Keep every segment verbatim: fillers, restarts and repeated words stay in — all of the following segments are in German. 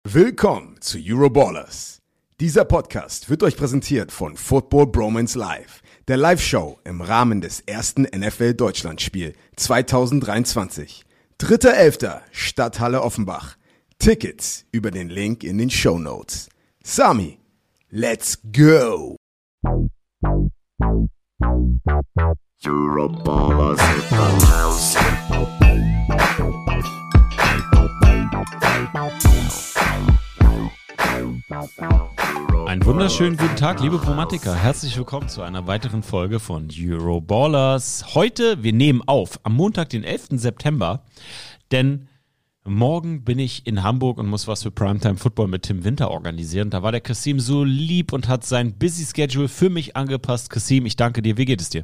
Willkommen zu Euroballers. Dieser Podcast wird euch präsentiert von Football Bromance Live, der Live-Show im Rahmen des ersten N F L-Deutschlandspiel zwanzig dreiundzwanzig. dritter elfter Stadthalle Offenbach. Tickets über den Link in den Shownotes. Sami, let's go! Euroballers in the house. Einen wunderschönen guten Tag, liebe Bromantiker. Herzlich willkommen zu einer weiteren Folge von Euroballers. Heute, wir nehmen auf, am Montag, den elften September, denn morgen bin ich in Hamburg und muss was für Primetime Football mit Tim Winter organisieren. Da war der Kasim so lieb und hat sein Busy Schedule für mich angepasst. Kasim, ich danke dir. Wie geht es dir?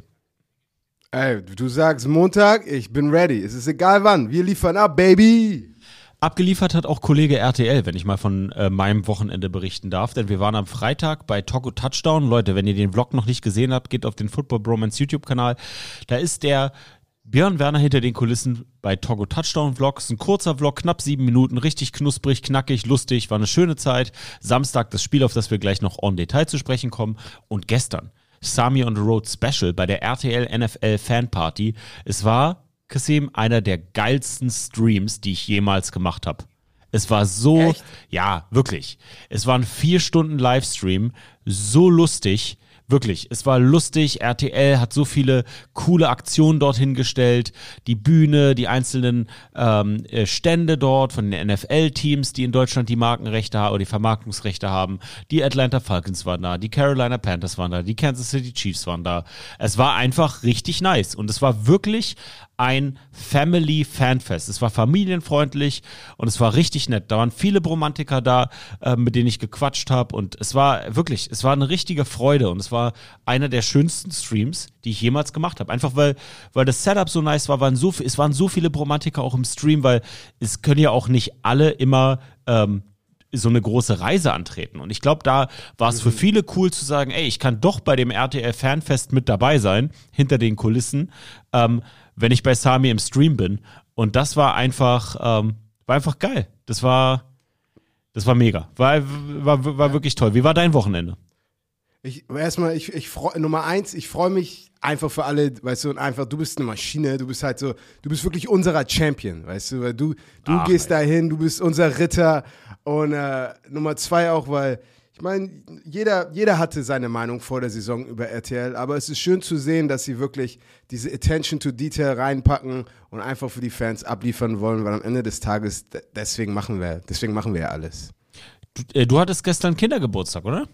Ey, du sagst Montag, ich bin ready. Es ist egal wann. Wir liefern ab, Baby. Abgeliefert hat auch Kollege R T L, wenn ich mal von äh, meinem Wochenende berichten darf, denn wir waren am Freitag bei Togo Touchdown. Leute, wenn ihr den Vlog noch nicht gesehen habt, geht auf den Football Bromance YouTube-Kanal. Da ist der Björn Werner hinter den Kulissen bei Togo Touchdown Vlogs. Ein kurzer Vlog, knapp sieben Minuten, richtig knusprig, knackig, lustig, war eine schöne Zeit. Samstag das Spiel, auf das wir gleich noch en Detail zu sprechen kommen. Und gestern Sami on the Road Special bei der R T L N F L Fanparty. Es war, Kasim, einer der geilsten Streams, die ich jemals gemacht habe. Es war so, Echt? Ja, wirklich. Es war ein vier Stunden Livestream, so lustig. Wirklich, es war lustig, R T L hat so viele coole Aktionen dorthin gestellt, die Bühne, die einzelnen ähm, Stände dort von den N F L-Teams, die in Deutschland die Markenrechte haben oder die Vermarktungsrechte haben, die Atlanta Falcons waren da, die Carolina Panthers waren da, die Kansas City Chiefs waren da. Es war einfach richtig nice und es war wirklich ein Family-Fanfest. Es war familienfreundlich und es war richtig nett. Da waren viele Bromantiker da, äh, mit denen ich gequatscht habe und es war wirklich, es war eine richtige Freude und es war einer der schönsten Streams, die ich jemals gemacht habe. Einfach weil, weil das Setup so nice war, waren so, es waren so viele Bromantiker auch im Stream, weil es können ja auch nicht alle immer ähm, so eine große Reise antreten. Und ich glaube, da war es für viele cool zu sagen, ey, ich kann doch bei dem R T L Fanfest mit dabei sein, hinter den Kulissen, ähm, wenn ich bei Sami im Stream bin. Und das war einfach, ähm, war einfach geil. Das war, das war mega. War, war, war wirklich toll. Wie war dein Wochenende? Ich, erstmal, ich, ich freu, Nummer eins, ich freue mich einfach für alle, weißt du, und einfach, du bist eine Maschine, du bist halt so, du bist wirklich unserer Champion, weißt du, weil du, du Ach, gehst ey. dahin, du bist unser Ritter und äh, Nummer zwei auch, weil, ich meine, jeder, jeder hatte seine Meinung vor der Saison über R T L, aber es ist schön zu sehen, dass sie wirklich diese Attention to Detail reinpacken und einfach für die Fans abliefern wollen, weil am Ende des Tages, deswegen machen wir, deswegen machen wir ja alles. Du, äh, du hattest gestern Kindergeburtstag, oder?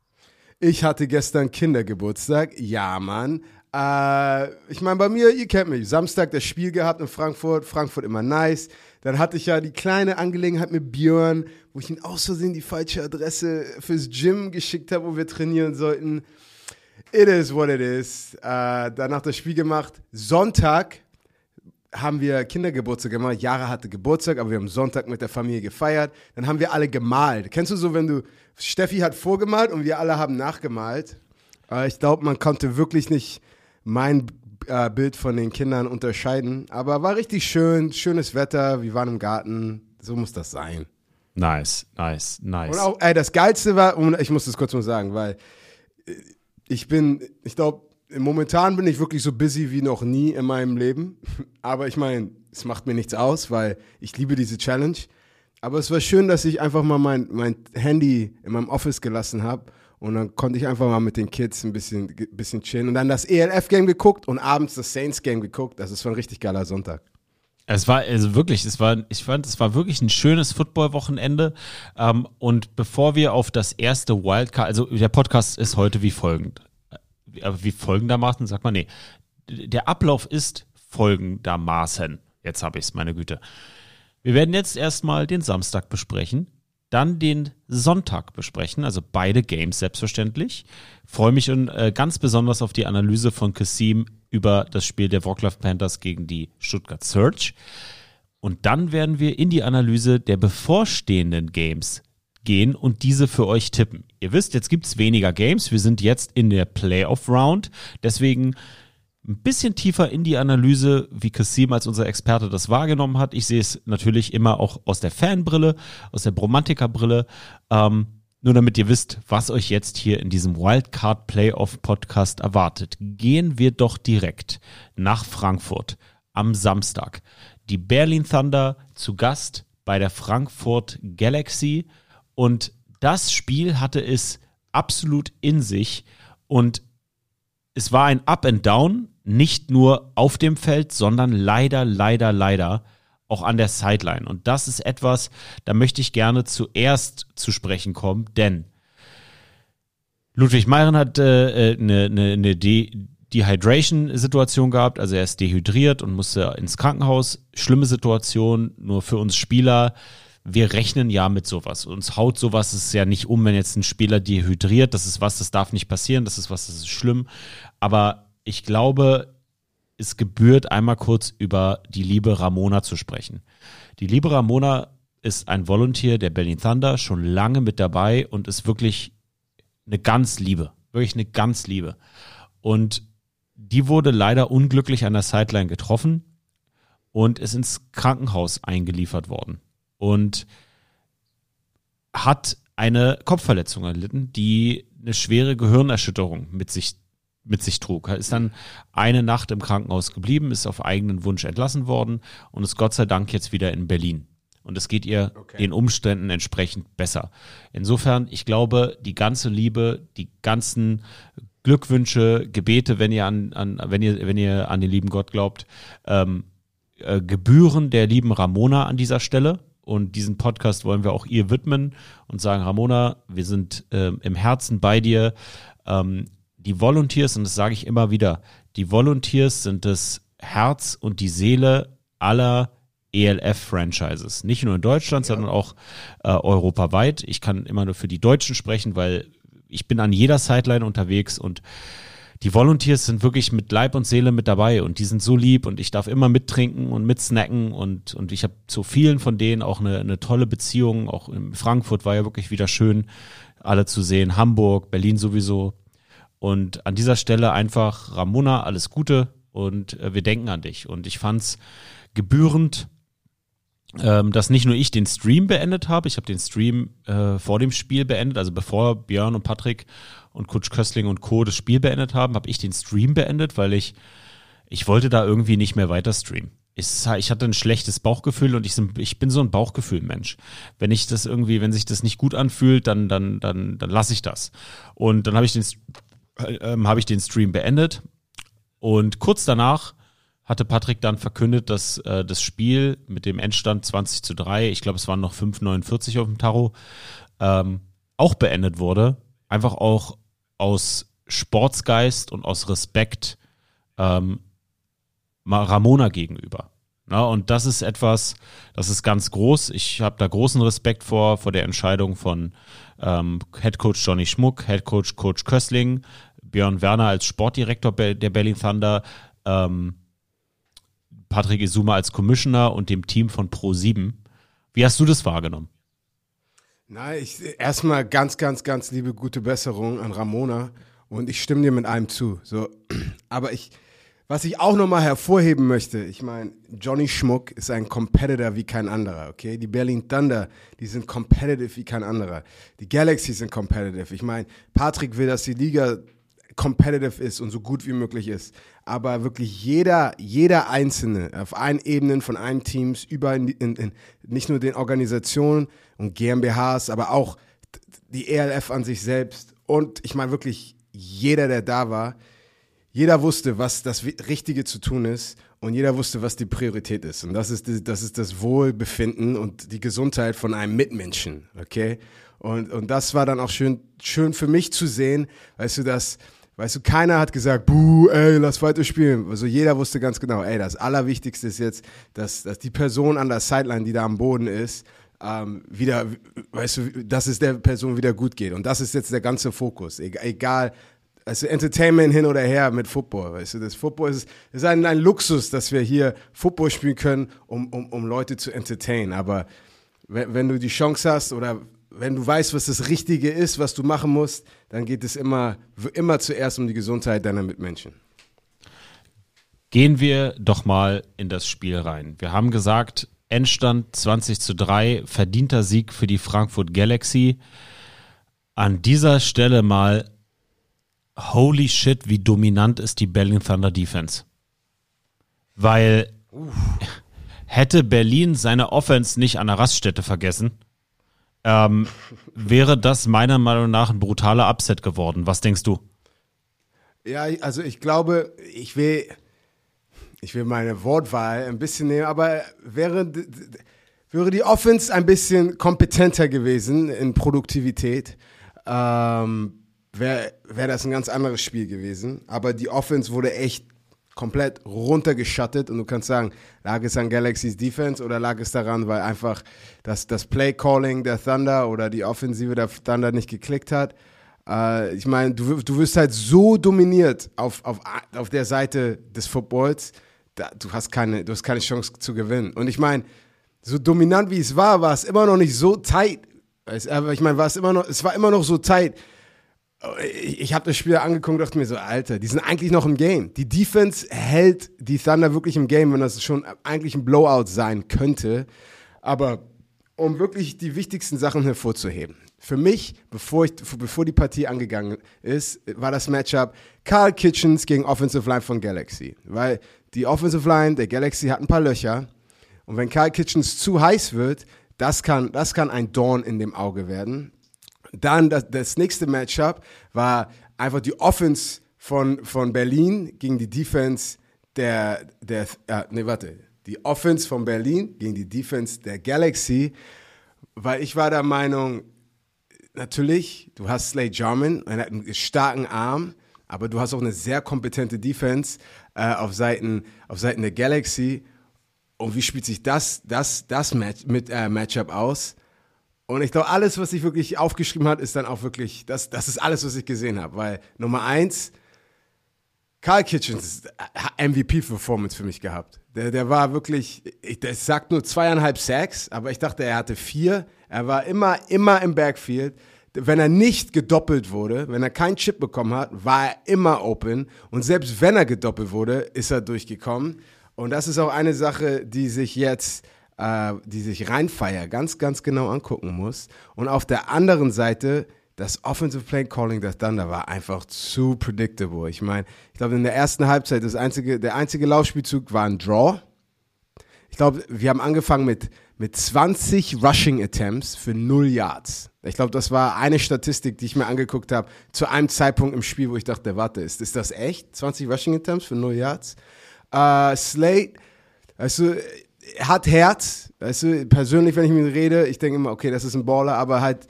Ich hatte gestern Kindergeburtstag, ja Mann. Äh, ich meine, bei mir, ihr kennt mich, Samstag das Spiel gehabt in Frankfurt, Frankfurt immer nice. Dann hatte ich ja die kleine Angelegenheit mit Björn, wo ich ihm aus Versehen die falsche Adresse fürs Gym geschickt habe, wo wir trainieren sollten. It is what it is. Äh, danach das Spiel gemacht. Sonntag haben wir Kindergeburtstag gemacht. Jara hatte Geburtstag, aber wir haben Sonntag mit der Familie gefeiert. Dann haben wir alle gemalt. Kennst du so, wenn du, Steffi hat vorgemalt und wir alle haben nachgemalt. Äh, ich glaube, man konnte wirklich nicht mein äh, Bild von den Kindern unterscheiden. Aber war richtig schön, schönes Wetter, wir waren im Garten. So muss das sein. Nice, nice, nice. Und auch, ey, das Geilste war, und ich muss das kurz mal sagen, weil ich bin, ich glaube, momentan bin ich wirklich so busy wie noch nie in meinem Leben. Aber ich meine, es macht mir nichts aus, weil ich liebe diese Challenge. Aber es war schön, dass ich einfach mal mein, mein Handy in meinem Office gelassen habe. Und dann konnte ich einfach mal mit den Kids ein bisschen, bisschen chillen. Und dann das E L F-Game geguckt und abends das Saints-Game geguckt. Das ist war ein richtig geiler Sonntag. Es war also wirklich, es war, ich fand, es war wirklich ein schönes Football-Wochenende. Ähm, und bevor wir auf das erste Wildcard, also der Podcast ist heute wie folgend. Aber wie folgendermaßen, sagt man, nee. Der Ablauf ist folgendermaßen. Jetzt habe ich es, meine Güte. Wir werden jetzt erstmal den Samstag besprechen, dann den Sonntag besprechen, also beide Games selbstverständlich. Freue mich und, äh, ganz besonders auf die Analyse von Kasim über das Spiel der Wroclaw Panthers gegen die Stuttgart Surge. Und dann werden wir in die Analyse der bevorstehenden Games gehen und diese für euch tippen. Ihr wisst, jetzt gibt es weniger Games. Wir sind jetzt in der Playoff-Round. Deswegen ein bisschen tiefer in die Analyse, wie Kasim als unser Experte das wahrgenommen hat. Ich sehe es natürlich immer auch aus der Fanbrille, aus der Bromantiker-Brille. Ähm, nur damit ihr wisst, was euch jetzt hier in diesem Wildcard Playoff Podcast erwartet. Gehen wir doch direkt nach Frankfurt am Samstag. Die Berlin Thunder zu Gast bei der Frankfurt Galaxy. Und das Spiel hatte es absolut in sich. Und es war ein Up and Down, nicht nur auf dem Feld, sondern leider, leider, leider auch an der Sideline. Und das ist etwas, da möchte ich gerne zuerst zu sprechen kommen, denn Ludwig Meiren hat äh, eine, eine, eine De- Dehydration-Situation gehabt, also er ist dehydriert und musste ins Krankenhaus. Schlimme Situation, nur für uns Spieler. Wir rechnen ja mit sowas. Uns haut sowas ist ja nicht um, wenn jetzt ein Spieler dehydriert. Das ist was, das darf nicht passieren. Das ist was, das ist schlimm. Aber ich glaube, es gebührt einmal kurz über die liebe Ramona zu sprechen. Die liebe Ramona ist ein Volunteer der Berlin Thunder, schon lange mit dabei und ist wirklich eine ganz Liebe. Wirklich eine ganz Liebe. Und die wurde leider unglücklich an der Sideline getroffen und ist ins Krankenhaus eingeliefert worden. Und hat eine Kopfverletzung erlitten, die eine schwere Gehirnerschütterung mit sich, mit sich trug. Ist dann eine Nacht im Krankenhaus geblieben, ist auf eigenen Wunsch entlassen worden und ist Gott sei Dank jetzt wieder in Berlin. Und es geht ihr okay. Den Umständen entsprechend besser. Insofern, ich glaube, die ganze Liebe, die ganzen Glückwünsche, Gebete, wenn ihr an, an wenn ihr, wenn ihr an den lieben Gott glaubt, ähm, äh, gebühren der lieben Ramona an dieser Stelle. Und diesen Podcast wollen wir auch ihr widmen und sagen, Ramona, wir sind ähm, im Herzen bei dir. Ähm, die Volunteers, und das sage ich immer wieder, die Volunteers sind das Herz und die Seele aller E L F-Franchises. Nicht nur in Deutschland, ja. sondern auch äh, europaweit. Ich kann immer nur für die Deutschen sprechen, weil ich bin an jeder Sideline unterwegs und die Volunteers sind wirklich mit Leib und Seele mit dabei und die sind so lieb und ich darf immer mittrinken und mitsnacken und, und ich habe zu vielen von denen auch eine, eine tolle Beziehung. Auch in Frankfurt war ja wirklich wieder schön, alle zu sehen. Hamburg, Berlin sowieso. Und an dieser Stelle einfach, Ramona, alles Gute und äh, wir denken an dich. Und ich fand's gebührend, ähm, dass nicht nur ich den Stream beendet habe, ich habe den Stream äh, vor dem Spiel beendet, also bevor Björn und Patrick und Coach Köstling und Co. das Spiel beendet haben, habe ich den Stream beendet, weil ich, ich wollte da irgendwie nicht mehr weiter streamen. Ich, ich hatte ein schlechtes Bauchgefühl und ich, ich bin so ein Bauchgefühl-Mensch. Wenn ich das irgendwie, wenn sich das nicht gut anfühlt, dann, dann, dann, dann lasse ich das. Und dann habe ich den, äh, habe ich den Stream beendet und kurz danach hatte Patrick dann verkündet, dass äh, das Spiel mit dem Endstand zwanzig zu drei, ich glaube es waren noch fünf neunundvierzig auf dem Tacho, ähm, auch beendet wurde. Einfach auch aus Sportsgeist und aus Respekt ähm, Ramona gegenüber. Na, und das ist etwas, das ist ganz groß. Ich habe da großen Respekt vor, vor der Entscheidung von ähm, Headcoach Johnny Schmuck, Headcoach Coach Köstling, Björn Werner als Sportdirektor der Berlin Thunder, ähm, Patrick Izuma als Commissioner und dem Team von Pro sieben. Wie hast du das wahrgenommen? Na, ich erstmal ganz, ganz, ganz liebe gute Besserung an Ramona und ich stimme dir mit allem zu. So, aber ich, was ich auch nochmal hervorheben möchte, ich meine, Johnny Schmuck ist ein Competitor wie kein anderer, okay? Die Berlin Thunder, die sind competitive wie kein anderer. Die Galaxy sind competitive. Ich meine, Patrick will, dass die Liga competitive ist und so gut wie möglich ist. Aber wirklich jeder, jeder Einzelne auf allen Ebenen von allen Teams, über in, in, in, nicht nur den Organisationen und G m b Hs, aber auch die E L F an sich selbst. Und ich meine wirklich jeder, der da war, jeder wusste, was das Richtige zu tun ist und jeder wusste, was die Priorität ist. Und das ist, die, das, ist das Wohlbefinden und die Gesundheit von einem Mitmenschen, okay? Und, und das war dann auch schön, schön für mich zu sehen, weißt du, dass Weißt du, keiner hat gesagt, buh, ey, lass weiter spielen. Also jeder wusste ganz genau, ey, das Allerwichtigste ist jetzt, dass, dass die Person an der Sideline, die da am Boden ist, ähm, wieder, weißt du, dass es der Person wieder gut geht. Und das ist jetzt der ganze Fokus. Egal, also Entertainment hin oder her mit Football, weißt du, das Football ist, ist ein, ein Luxus, dass wir hier Football spielen können, um, um, um Leute zu entertainen. Aber wenn, wenn du die Chance hast oder wenn du weißt, was das Richtige ist, was du machen musst, dann geht es immer, immer zuerst um die Gesundheit deiner Mitmenschen. Gehen wir doch mal in das Spiel rein. Wir haben gesagt, Endstand zwanzig zu drei, verdienter Sieg für die Frankfurt Galaxy. An dieser Stelle mal, holy shit, wie dominant ist die Berlin Thunder Defense. Weil Uff. hätte Berlin seine Offense nicht an der Raststätte vergessen, ähm, wäre das meiner Meinung nach ein brutaler Upset geworden. Was denkst du? Ja, also ich glaube, ich will, ich will meine Wortwahl ein bisschen nehmen, aber wäre, wäre die Offense ein bisschen kompetenter gewesen in Produktivität, ähm, wäre wär das ein ganz anderes Spiel gewesen. Aber die Offense wurde echt komplett runtergeschattet und du kannst sagen, lag es an Galaxy's Defense oder lag es daran, weil einfach das, das Play-Calling der Thunder oder die Offensive der Thunder nicht geklickt hat. Äh, ich meine, du, du wirst halt so dominiert auf, auf, auf der Seite des Footballs, da, du, hast keine, du hast keine Chance zu gewinnen. Und ich meine, so dominant wie es war, war es immer noch nicht so tight. Ich meine, war es immer noch, es war immer noch so tight. Ich, ich habe das Spiel angeguckt und dachte mir so, Alter, die sind eigentlich noch im Game. Die Defense hält die Thunder wirklich im Game, wenn das schon eigentlich ein Blowout sein könnte. Aber um wirklich die wichtigsten Sachen hervorzuheben. Für mich, bevor, ich, bevor die Partie angegangen ist, war das Matchup Carl Kitchens gegen Offensive Line von Galaxy. Weil die Offensive Line der Galaxy hat ein paar Löcher. Und wenn Carl Kitchens zu heiß wird, das kann, das kann ein Dorn in dem Auge werden. Dann das, das nächste Matchup war einfach die Offense von, von Berlin gegen die Defense der, der äh, nee, warte, die Offense von Berlin gegen die Defense der Galaxy, weil ich war der Meinung, natürlich, du hast Slade Jarman, er hat einen starken Arm, aber du hast auch eine sehr kompetente Defense äh, auf Seiten, auf Seiten der Galaxy. Und wie spielt sich das, das, das Match, mit, äh, Matchup aus? Und ich glaube, alles, was ich wirklich aufgeschrieben habe, ist dann auch wirklich, das, das ist alles, was ich gesehen habe. Weil Nummer eins, Carl Kitchens M V P-Performance für mich gehabt. Der, der war wirklich, ich, der sagt nur zweieinhalb Sacks, aber ich dachte, er hatte vier. Er war immer, immer im Backfield. Wenn er nicht gedoppelt wurde, wenn er keinen Chip bekommen hat, war er immer open. Und selbst wenn er gedoppelt wurde, ist er durchgekommen. Und das ist auch eine Sache, die sich jetzt äh, die sich Rheinfire ganz, ganz genau angucken muss. Und auf der anderen Seite, das Offensive Play Calling der Thunder war einfach zu predictable. Ich meine, ich glaube, in der ersten Halbzeit, das einzige, der einzige Laufspielzug war ein Draw. Ich glaube, wir haben angefangen mit, mit zwanzig Rushing Attempts für null Yards. Ich glaube, das war eine Statistik, die ich mir angeguckt habe, zu einem Zeitpunkt im Spiel, wo ich dachte, warte, ist, ist das echt? zwanzig Rushing Attempts für null Yards? Uh, Slade, weißt du, hat Herz, weißt du, persönlich, wenn ich mit ihm rede, ich denke immer, okay, das ist ein Baller, aber halt,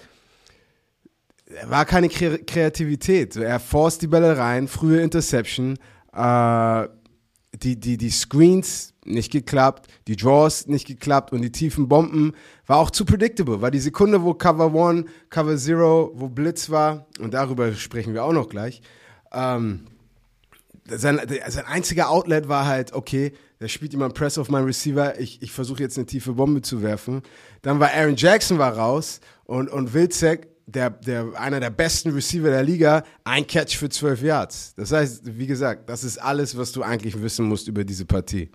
war keine Kre- Kreativität. Er forst die Bälle rein, frühe Interception, uh, die, die, die Screens nicht geklappt, die Draws nicht geklappt und die tiefen Bomben war auch zu predictable, weil die Sekunde, wo Cover One, Cover Zero, wo Blitz war, und darüber sprechen wir auch noch gleich, ähm, Sein, sein einziger Outlet war halt, okay, da spielt jemand Press auf meinen Receiver, ich, ich versuche jetzt eine tiefe Bombe zu werfen. Dann war Aaron Jackson war raus und, und Wilczek, der, der, einer der besten Receiver der Liga, ein Catch für zwölf Yards. Das heißt, wie gesagt, das ist alles, was du eigentlich wissen musst über diese Partie.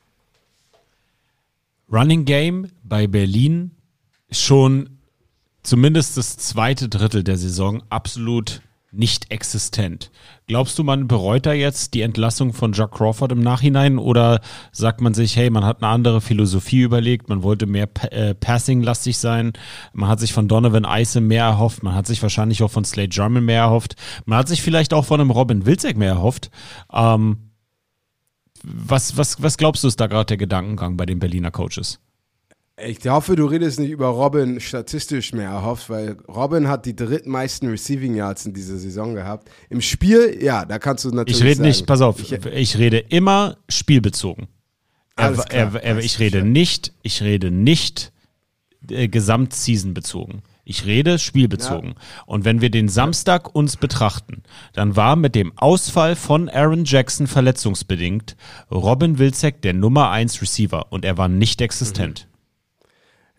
Running Game bei Berlin schon zumindest das zweite Drittel der Saison absolut nicht existent. Glaubst du, man bereut da jetzt die Entlassung von Jack Crawford im Nachhinein oder sagt man sich, hey, man hat eine andere Philosophie überlegt, man wollte mehr äh, Passing-lastig sein, man hat sich von Donovan Eise mehr erhofft, man hat sich wahrscheinlich auch von Slade Jarman mehr erhofft, man hat sich vielleicht auch von einem Robin Wilczek mehr erhofft. Ähm, was, was, was glaubst du, ist da gerade der Gedankengang bei den Berliner Coaches? Ich hoffe, du redest nicht über Robin statistisch mehr erhofft, weil Robin hat die drittmeisten Receiving Yards in dieser Saison gehabt. Im Spiel, ja, da kannst du natürlich Ich rede sagen, nicht, pass auf, ich, ich rede immer spielbezogen. Er, Alles klar, er, er, ich rede klar. nicht, ich rede nicht äh, Gesamtseason bezogen. Ich rede spielbezogen. Ja. Und wenn wir den Samstag uns betrachten, dann war mit dem Ausfall von Aaron Jackson verletzungsbedingt Robin Wilczek der Nummer eins Receiver und er war nicht existent. Mhm.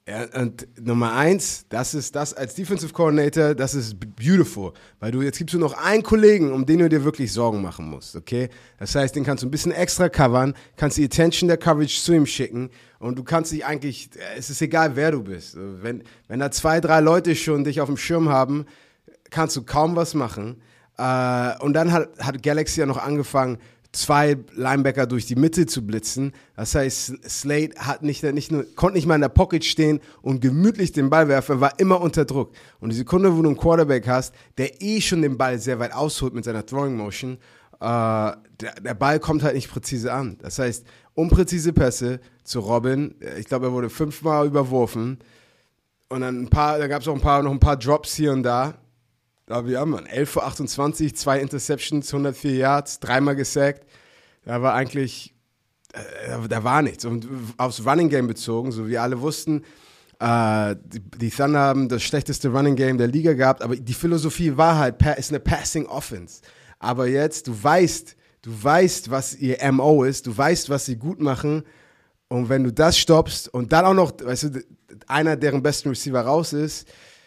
Ja, und Nummer eins, das ist das als Defensive Coordinator, das ist beautiful, weil du jetzt gibst du noch einen Kollegen, um den du dir wirklich Sorgen machen musst, okay? Das heißt, den kannst du ein bisschen extra covern, kannst die Attention der Coverage zu ihm schicken und du kannst dich eigentlich, es ist egal, wer du bist. Wenn, wenn da zwei, drei Leute schon dich auf dem Schirm haben, kannst du kaum was machen. Und dann hat, hat Galaxy ja noch angefangen, zwei Linebacker durch die Mitte zu blitzen. Das heißt, Slade hat nicht, nicht nur, konnte nicht mal in der Pocket stehen und gemütlich den Ball werfen, war immer unter Druck. Und die Sekunde, wo du einen Quarterback hast, der eh schon den Ball sehr weit ausholt mit seiner Throwing Motion, äh, der, der Ball kommt halt nicht präzise an. Das heißt, unpräzise Pässe zu Robin, ich glaube, er wurde fünfmal überworfen und dann ein paar, da gab es auch ein paar, noch ein paar Drops hier und da. Da wir haben elf für achtundzwanzig, zwei Interceptions, hundertvier Yards, dreimal gesackt. Da war eigentlich, äh, da war nichts. Und aufs Running Game bezogen, so wie alle wussten, äh, die, die Thunder haben das schlechteste Running Game der Liga gehabt, aber die Philosophie war halt, ist eine Passing Offense. Aber jetzt, du weißt, du weißt, was ihr M O ist, du weißt, was sie gut machen. Und wenn du das stoppst und dann auch noch, weißt du, einer, deren besten Receiver raus ist,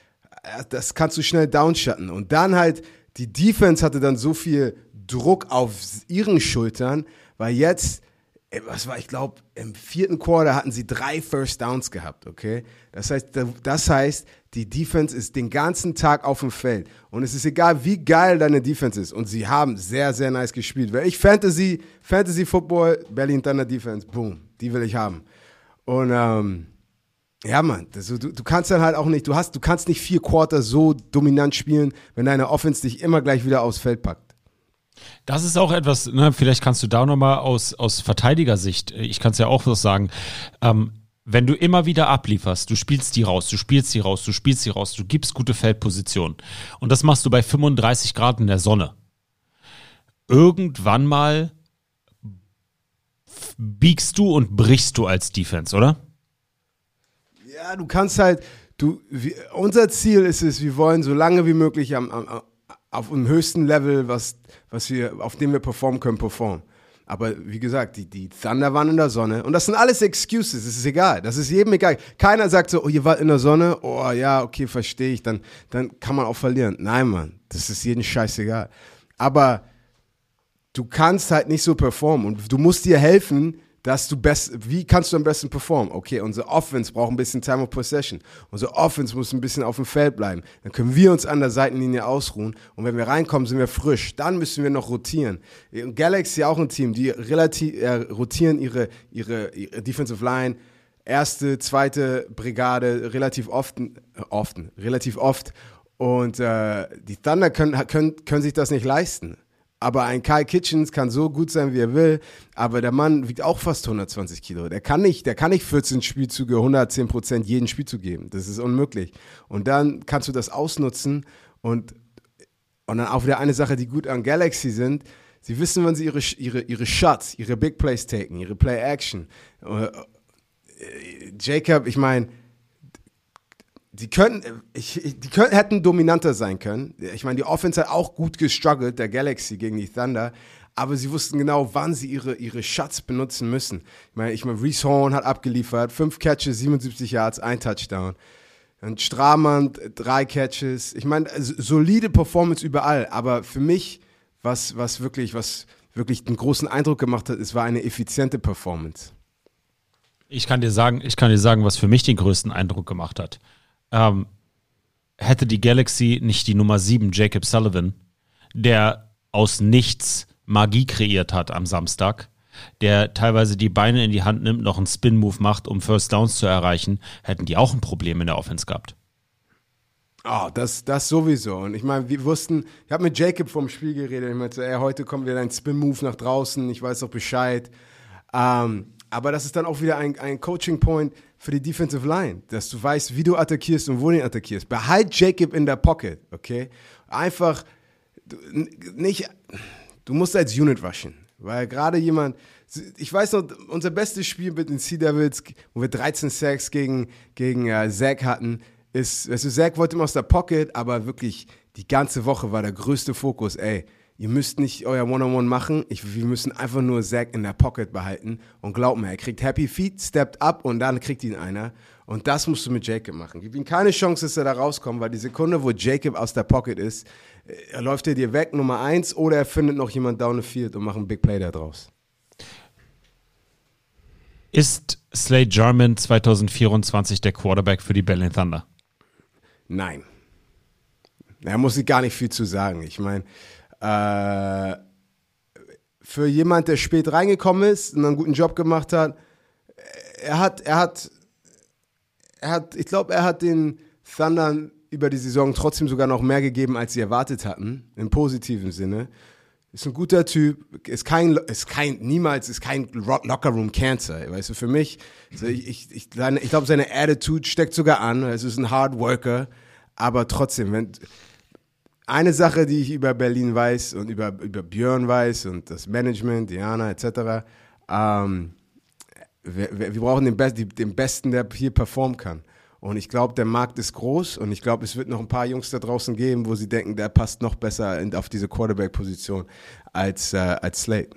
das kannst du schnell downshutten. Und dann halt, die Defense hatte dann so viel Druck auf ihren Schultern, weil jetzt, was war, ich glaube, im vierten Quarter hatten sie drei First Downs gehabt, okay? Das heißt, das heißt, die Defense ist den ganzen Tag auf dem Feld. Und es ist egal, wie geil deine Defense ist. Und sie haben sehr, sehr nice gespielt. Weil ich Fantasy, Fantasy Football, Berlin Thunder Defense, boom, die will ich haben. Und, ähm, ja, Mann, das, du, du kannst dann halt auch nicht, du hast, du kannst nicht vier Quarter so dominant spielen, wenn deine Offense dich immer gleich wieder aufs Feld packt. Das ist auch etwas, ne, vielleicht kannst du da nochmal aus, aus Verteidigersicht, ich kann es ja auch was sagen, ähm, wenn du immer wieder ablieferst, du spielst die raus, du spielst die raus, du spielst die raus, du gibst gute Feldposition und das machst du bei fünfunddreißig Grad in der Sonne. Irgendwann mal biegst du und brichst du als Defense, oder? Ja, du kannst halt, du, wir, unser Ziel ist es, wir wollen so lange wie möglich am, am, auf dem höchsten Level, was, was wir, auf dem wir performen können, performen. Aber wie gesagt, die, die Thunder waren in der Sonne und das sind alles Excuses, es ist egal, das ist jedem egal. Keiner sagt so, oh, ihr wart in der Sonne, oh ja, okay, verstehe ich, dann, dann kann man auch verlieren. Nein, Mann, das ist jedem scheißegal. Aber du kannst halt nicht so performen und du musst dir helfen, dass du best, wie kannst du am besten performen? Okay, unsere Offense braucht ein bisschen Time of Possession. Unsere Offense muss ein bisschen auf dem Feld bleiben. Dann können wir uns an der Seitenlinie ausruhen. Und wenn wir reinkommen, sind wir frisch. Dann müssen wir noch rotieren. Galaxy auch ein Team, die relativ äh, rotieren ihre, ihre, ihre Defensive Line. Erste, zweite Brigade relativ oft, äh, oft, relativ oft. Und äh, die Thunder können, können, können sich das nicht leisten. Aber ein Kyle Kitchens kann so gut sein, wie er will, aber der Mann wiegt auch fast hundertzwanzig Kilo. Der kann nicht, der kann nicht vierzehn Spielzüge, hundertzehn Prozent jeden Spielzug geben. Das ist unmöglich. Und dann kannst du das ausnutzen und, und dann auch wieder eine Sache, die gut an Galaxy sind. Sie wissen, wann sie ihre, ihre, ihre Shots, ihre Big Plays taken, ihre Play-Action. Jacob, ich meine, Die könnten, ich, die könnten, hätten dominanter sein können. Ich meine, die Offense hat auch gut gestruggelt, der Galaxy gegen die Thunder, aber sie wussten genau, wann sie ihre, ihre Shots benutzen müssen. Ich meine, ich meine, Reese Horn hat abgeliefert, fünf Catches, siebenundsiebzig Yards, ein Touchdown. Und Stramann, drei Catches. Ich meine, solide Performance überall, aber für mich, was, was wirklich, was wirklich einen großen Eindruck gemacht hat, es war eine effiziente Performance. Ich kann dir sagen, ich kann dir sagen, was für mich den größten Eindruck gemacht hat. Ähm, hätte die Galaxy nicht die Nummer sieben, Jacob Sullivan, der aus nichts Magie kreiert hat am Samstag, der teilweise die Beine in die Hand nimmt, noch einen Spin-Move macht, um First Downs zu erreichen, hätten die auch ein Problem in der Offense gehabt. Oh, das, das sowieso. Und ich meine, wir wussten, ich habe mit Jacob vom Spiel geredet, ich meinte, ey, heute kommt wieder ein Spin-Move nach draußen, ich weiß doch Bescheid. Ähm, aber das ist dann auch wieder ein, ein Coaching-Point für die Defensive Line, dass du weißt, wie du attackierst und wo du ihn attackierst. Behalt Jacob in der Pocket, okay? Einfach du, nicht, du musst als Unit rushen, weil gerade jemand, ich weiß noch, unser bestes Spiel mit den Sea Devils, wo wir dreizehn Sacks gegen, gegen uh, Zach hatten, ist, weißt du, Zach wollte immer aus der Pocket, aber wirklich die ganze Woche war der größte Fokus, ey, ihr müsst nicht euer One-on-One machen, ich, wir müssen einfach nur Zach in der Pocket behalten und glaubt mir, er kriegt Happy Feet, steppt up und dann kriegt ihn einer Und das musst du mit Jacob machen. Gib ihm keine Chance, dass er da rauskommt, weil die Sekunde, wo Jacob aus der Pocket ist, er läuft er dir weg, Nummer eins, oder er findet noch jemand down the field und macht einen Big Play da draus. Ist Slade Jarman zwanzig vierundzwanzig der Quarterback für die Berlin Thunder? Nein. Da muss ich gar nicht viel zu sagen. Ich meine, äh, für jemand, der spät reingekommen ist und einen guten Job gemacht hat, er hat, er hat, er hat, ich glaube, er hat den Thundern über die Saison trotzdem sogar noch mehr gegeben, als sie erwartet hatten, im positiven Sinne. Ist ein guter Typ, ist kein, ist kein, niemals ist kein Lockerroom-Cancer, weißt du, für mich, also ich, ich, ich, ich glaube, seine Attitude steckt sogar an, es ist ein Hard Worker, aber trotzdem, wenn, eine Sache, die ich über Berlin weiß und über, über Björn weiß und das Management, Diana et cetera, ähm, wir, wir brauchen den, Be- den Besten, der hier performen kann. Und ich glaube, der Markt ist groß und ich glaube, es wird noch ein paar Jungs da draußen geben, wo sie denken, der passt noch besser in, auf diese Quarterback-Position als, äh, als Slade.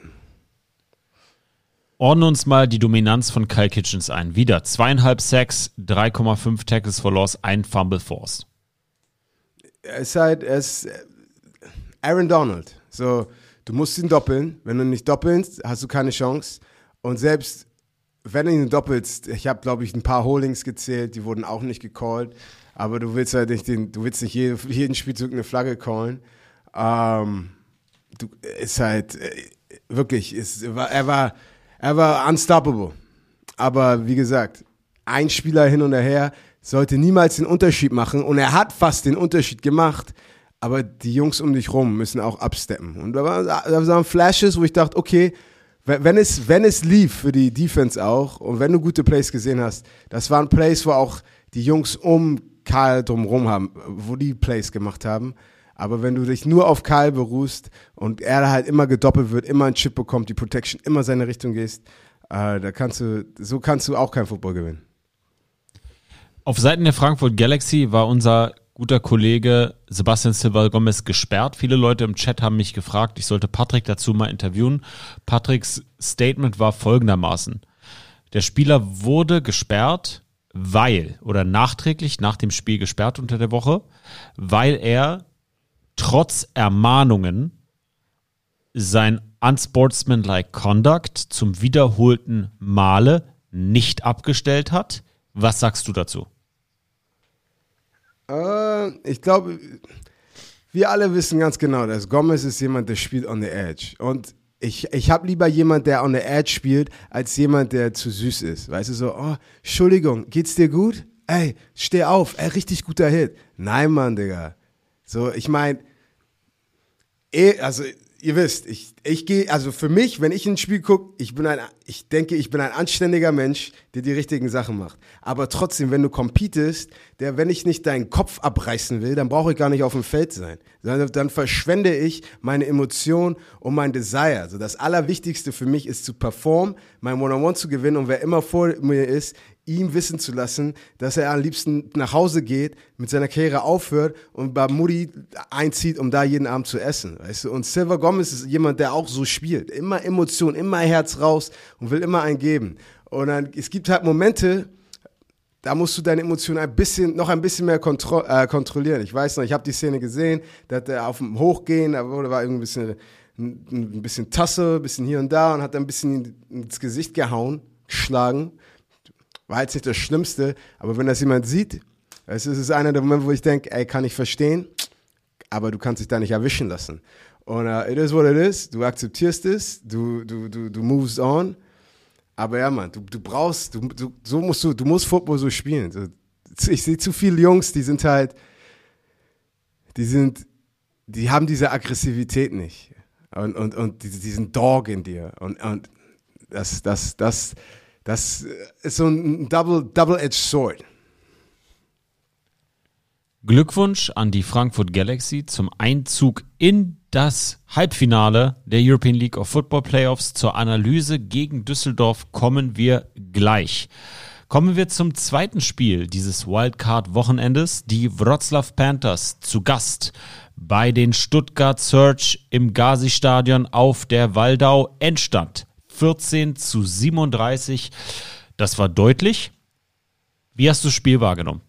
Ordne uns mal die Dominanz von Kyle Kitchens ein. Wieder zweieinhalb Sacks, drei Komma fünf Tackles for Loss, ein Fumble Forced. Er ist halt, er ist Aaron Donald. So, du musst ihn doppeln. Wenn du nicht doppelst, hast du keine Chance. Und selbst wenn du ihn doppelst, ich habe, glaube ich, ein paar Holdings gezählt, die wurden auch nicht gecallt, aber du willst halt nicht, den, du willst nicht jede, jeden Spielzug eine Flagge callen. Ähm, du, ist halt, wirklich, ist, er, war, er war unstoppable. Aber wie gesagt, ein Spieler hin und her sollte niemals den Unterschied machen und er hat fast den Unterschied gemacht, aber die Jungs um dich rum müssen auch absteppen. Und da waren, da waren Flashes, wo ich dachte, okay, Wenn es, wenn es lief für die Defense auch und wenn du gute Plays gesehen hast, das waren Plays, wo auch die Jungs um Kyle drumherum haben, wo die Plays gemacht haben. Aber wenn du dich nur auf Kyle beruhst und er halt immer gedoppelt wird, immer einen Chip bekommt, die Protection immer seine Richtung gehst, äh, da kannst du, so kannst du auch kein Football gewinnen. Auf Seiten der Frankfurt Galaxy war unser guter Kollege Sebastian Silva Gomez gesperrt. Viele Leute im Chat haben mich gefragt, ich sollte Patrick dazu mal interviewen. Patricks Statement war folgendermaßen. Der Spieler wurde gesperrt, weil, oder nachträglich nach dem Spiel gesperrt unter der Woche, weil er trotz Ermahnungen sein unsportsmanlike Conduct zum wiederholten Male nicht abgestellt hat. Was sagst du dazu? Ich glaube, wir alle wissen ganz genau, dass Gomez ist jemand, der spielt on the edge. Und ich, ich habe lieber jemand, der on the edge spielt, als jemand, der zu süß ist. Weißt du, so, oh, Entschuldigung, geht's dir gut? Ey, steh auf, ey, richtig guter Hit. Nein, Mann, Digga. So, ich meine, also, ihr wisst, ich, ich gehe, also für mich, wenn ich ein Spiel gucke, ich bin ein, ich denke, ich bin ein anständiger Mensch, der die richtigen Sachen macht. Aber trotzdem, wenn du competest, der, wenn ich nicht deinen Kopf abreißen will, dann brauche ich gar nicht auf dem Feld sein. Dann, dann verschwende ich meine Emotion und mein Desire. Also das Allerwichtigste für mich ist zu performen, mein One-on-One zu gewinnen und wer immer vor mir ist, ihm wissen zu lassen, dass er am liebsten nach Hause geht, mit seiner Karriere aufhört und bei Mutti einzieht, um da jeden Abend zu essen. Weißt du? Und Silva Gomez ist jemand, der auch so spielt. Immer Emotion, immer Herz raus und will immer einen geben. Und dann, es gibt halt Momente, da musst du deine Emotionen ein bisschen, noch ein bisschen mehr kontro- äh, kontrollieren. Ich weiß noch, ich habe die Szene gesehen, da hat er auf dem Hochgehen, da war irgendwie ein bisschen, ein, ein bisschen Tasse, ein bisschen hier und da und hat ein bisschen ins Gesicht gehauen, geschlagen. War jetzt nicht das Schlimmste, aber wenn das jemand sieht, es ist einer der Momente, wo ich denke, ey, kann ich verstehen, aber du kannst dich da nicht erwischen lassen. Und uh, it is what it is, du akzeptierst es, du, du, du, du moves on, aber ja, Mann, du, du brauchst, du, du, so musst du, du musst Football so spielen. So, ich sehe zu viele Jungs, die sind halt, die sind, die haben diese Aggressivität nicht und, und, und diesen Dog in dir und, und das, das, das, Das ist so ein Double, Double-Edged Sword. Glückwunsch an die Frankfurt Galaxy zum Einzug in das Halbfinale der European League of Football Playoffs. Zur Analyse gegen Düsseldorf kommen wir gleich. Kommen wir zum zweiten Spiel dieses Wildcard-Wochenendes. Die Wroclaw Panthers zu Gast bei den Stuttgart Surge im Gazi-Stadion auf der Waldau. Endstand vierzehn zu siebenunddreißig. Das war deutlich. Wie hast du das Spiel wahrgenommen?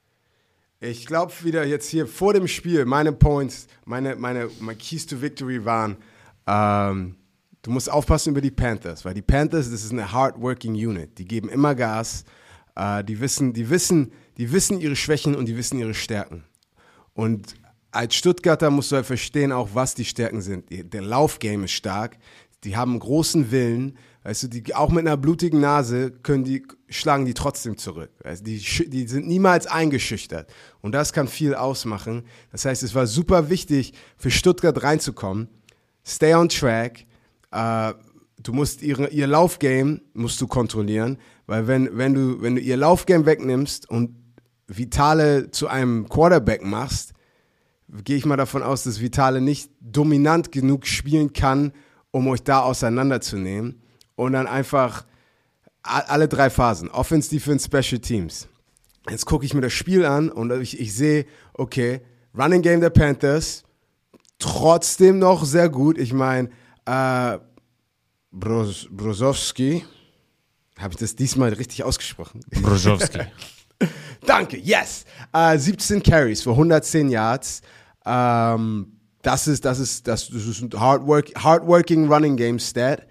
Ich glaube wieder jetzt hier vor dem Spiel, meine Points, meine, meine, meine Keys to Victory waren, ähm, du musst aufpassen über die Panthers, weil die Panthers, das ist eine hardworking Unit. Die geben immer Gas, äh, die wissen, die wissen, die wissen ihre Schwächen und die wissen ihre Stärken. Und als Stuttgarter musst du halt verstehen auch, was die Stärken sind. Der Laufgame ist stark, die haben einen großen Willen, weißt du, die, auch mit einer blutigen Nase können die, schlagen die trotzdem zurück. Also die, die sind niemals eingeschüchtert. Und das kann viel ausmachen. Das heißt, es war super wichtig, für Stuttgart reinzukommen. Stay on track. Uh, du musst ihre, ihr Laufgame musst du kontrollieren, weil wenn, wenn, du, wenn du ihr Laufgame wegnimmst und Vitale zu einem Quarterback machst, gehe ich mal davon aus, dass Vitale nicht dominant genug spielen kann, um euch da auseinanderzunehmen. Und dann einfach alle drei Phasen, Offense, Defense, Special Teams. Jetzt gucke ich mir das Spiel an und ich, ich sehe, okay, Running Game der Panthers, trotzdem noch sehr gut. Ich meine, äh, Bros, Brozowski, habe ich das diesmal richtig ausgesprochen? Brozowski. Danke, yes. Äh, siebzehn Carries für hundertzehn Yards. Ähm, das ist, das ist, das ist ein hardwork, hardworking Running Game Stat.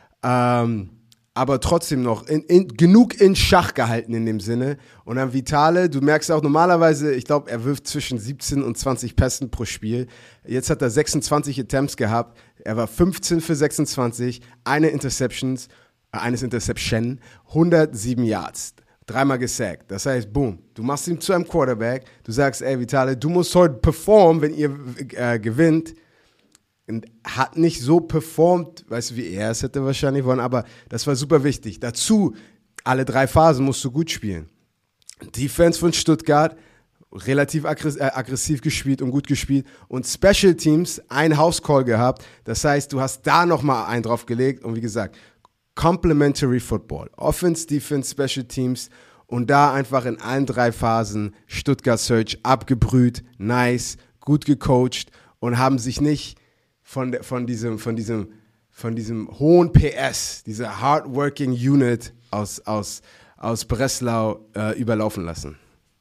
Ähm, aber trotzdem noch in, in, genug in Schach gehalten in dem Sinne. Und dann Vitale, du merkst auch normalerweise, ich glaube, er wirft zwischen siebzehn und zwanzig Pässen pro Spiel. Jetzt hat er sechsundzwanzig Attempts gehabt. Er war fünfzehn für sechsundzwanzig, eine Interceptions, äh, eines Interception, hundertsieben Yards. Dreimal gesackt. Das heißt, boom, du machst ihn zu einem Quarterback. Du sagst, ey Vitale, du musst heute performen, wenn ihr äh, gewinnt. Und hat nicht so performt, weißt du, wie er es hätte wahrscheinlich wollen, aber das war super wichtig. Dazu, alle drei Phasen musst du gut spielen. Defense von Stuttgart, relativ aggressiv gespielt und gut gespielt. Und Special Teams, ein House Call gehabt. Das heißt, du hast da nochmal einen drauf gelegt. Und wie gesagt, Complementary Football. Offense, Defense, Special Teams. Und da einfach in allen drei Phasen Stuttgart Surge abgebrüht, nice, gut gecoacht und haben sich nicht von, der, von, diesem, von, diesem, von diesem hohen P S, dieser hardworking Unit aus, aus, aus Breslau äh, überlaufen lassen.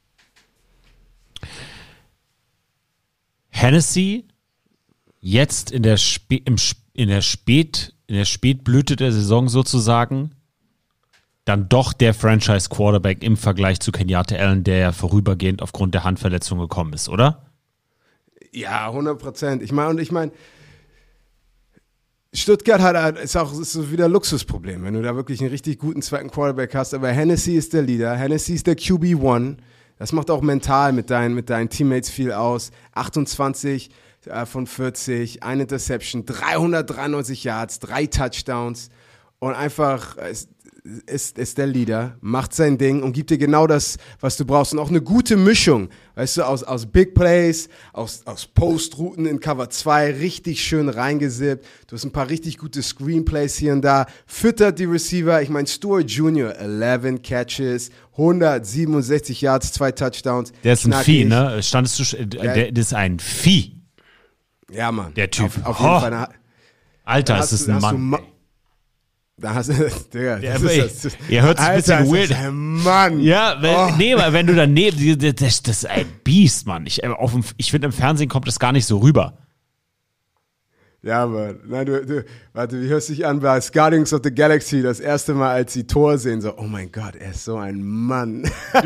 Hennessy jetzt in der, Sp- im, in, der Spät, in der Spätblüte der Saison sozusagen dann doch der Franchise-Quarterback im Vergleich zu Kenyatta Allen, der ja vorübergehend aufgrund der Handverletzung gekommen ist, oder? Ja, hundert Prozent. Ich meine, und ich meine, Stuttgart hat ist auch ist so wieder ein Luxusproblem, wenn du da wirklich einen richtig guten zweiten Quarterback hast. Aber Hennessy ist der Leader, Hennessy ist der Q B eins. Das macht auch mental mit deinen, mit deinen Teammates viel aus. achtundzwanzig äh, von vierzig, eine Interception, dreihundertdreiundneunzig Yards, drei Touchdowns und einfach ist, ist, ist der Leader, macht sein Ding und gibt dir genau das, was du brauchst. Und auch eine gute Mischung, weißt du, aus, aus Big Plays, aus, aus Postrouten in Cover zwei, richtig schön reingesippt. Du hast ein paar richtig gute Screenplays hier und da. Füttert die Receiver. Ich meine, Stewart Junior, elf Catches, hundertsiebenundsechzig Yards, zwei Touchdowns. Der ist ein Knackig. Vieh, ne? Standest du, äh, der, das ist ein Vieh. Ja, Mann. Der Typ. Auf, auf jeden oh. Fall. Da, Alter, da ist das du, ein da Mann. Ma- da hast du, Digga, Ja, das aber ist das. ihr hört es ein Alter, bisschen ist weird. das ein Mann. Ja, wenn, Oh. nee, aber wenn du daneben, das, das ist ein Biest, Mann. Ich, auf dem, ich finde, im Fernsehen kommt das gar nicht so rüber. Ja, Mann. Nein, du, du, warte, wie hörst du dich an bei Guardians of the Galaxy, das erste Mal, als sie Thor sehen, so, oh mein Gott, er ist so ein Mann.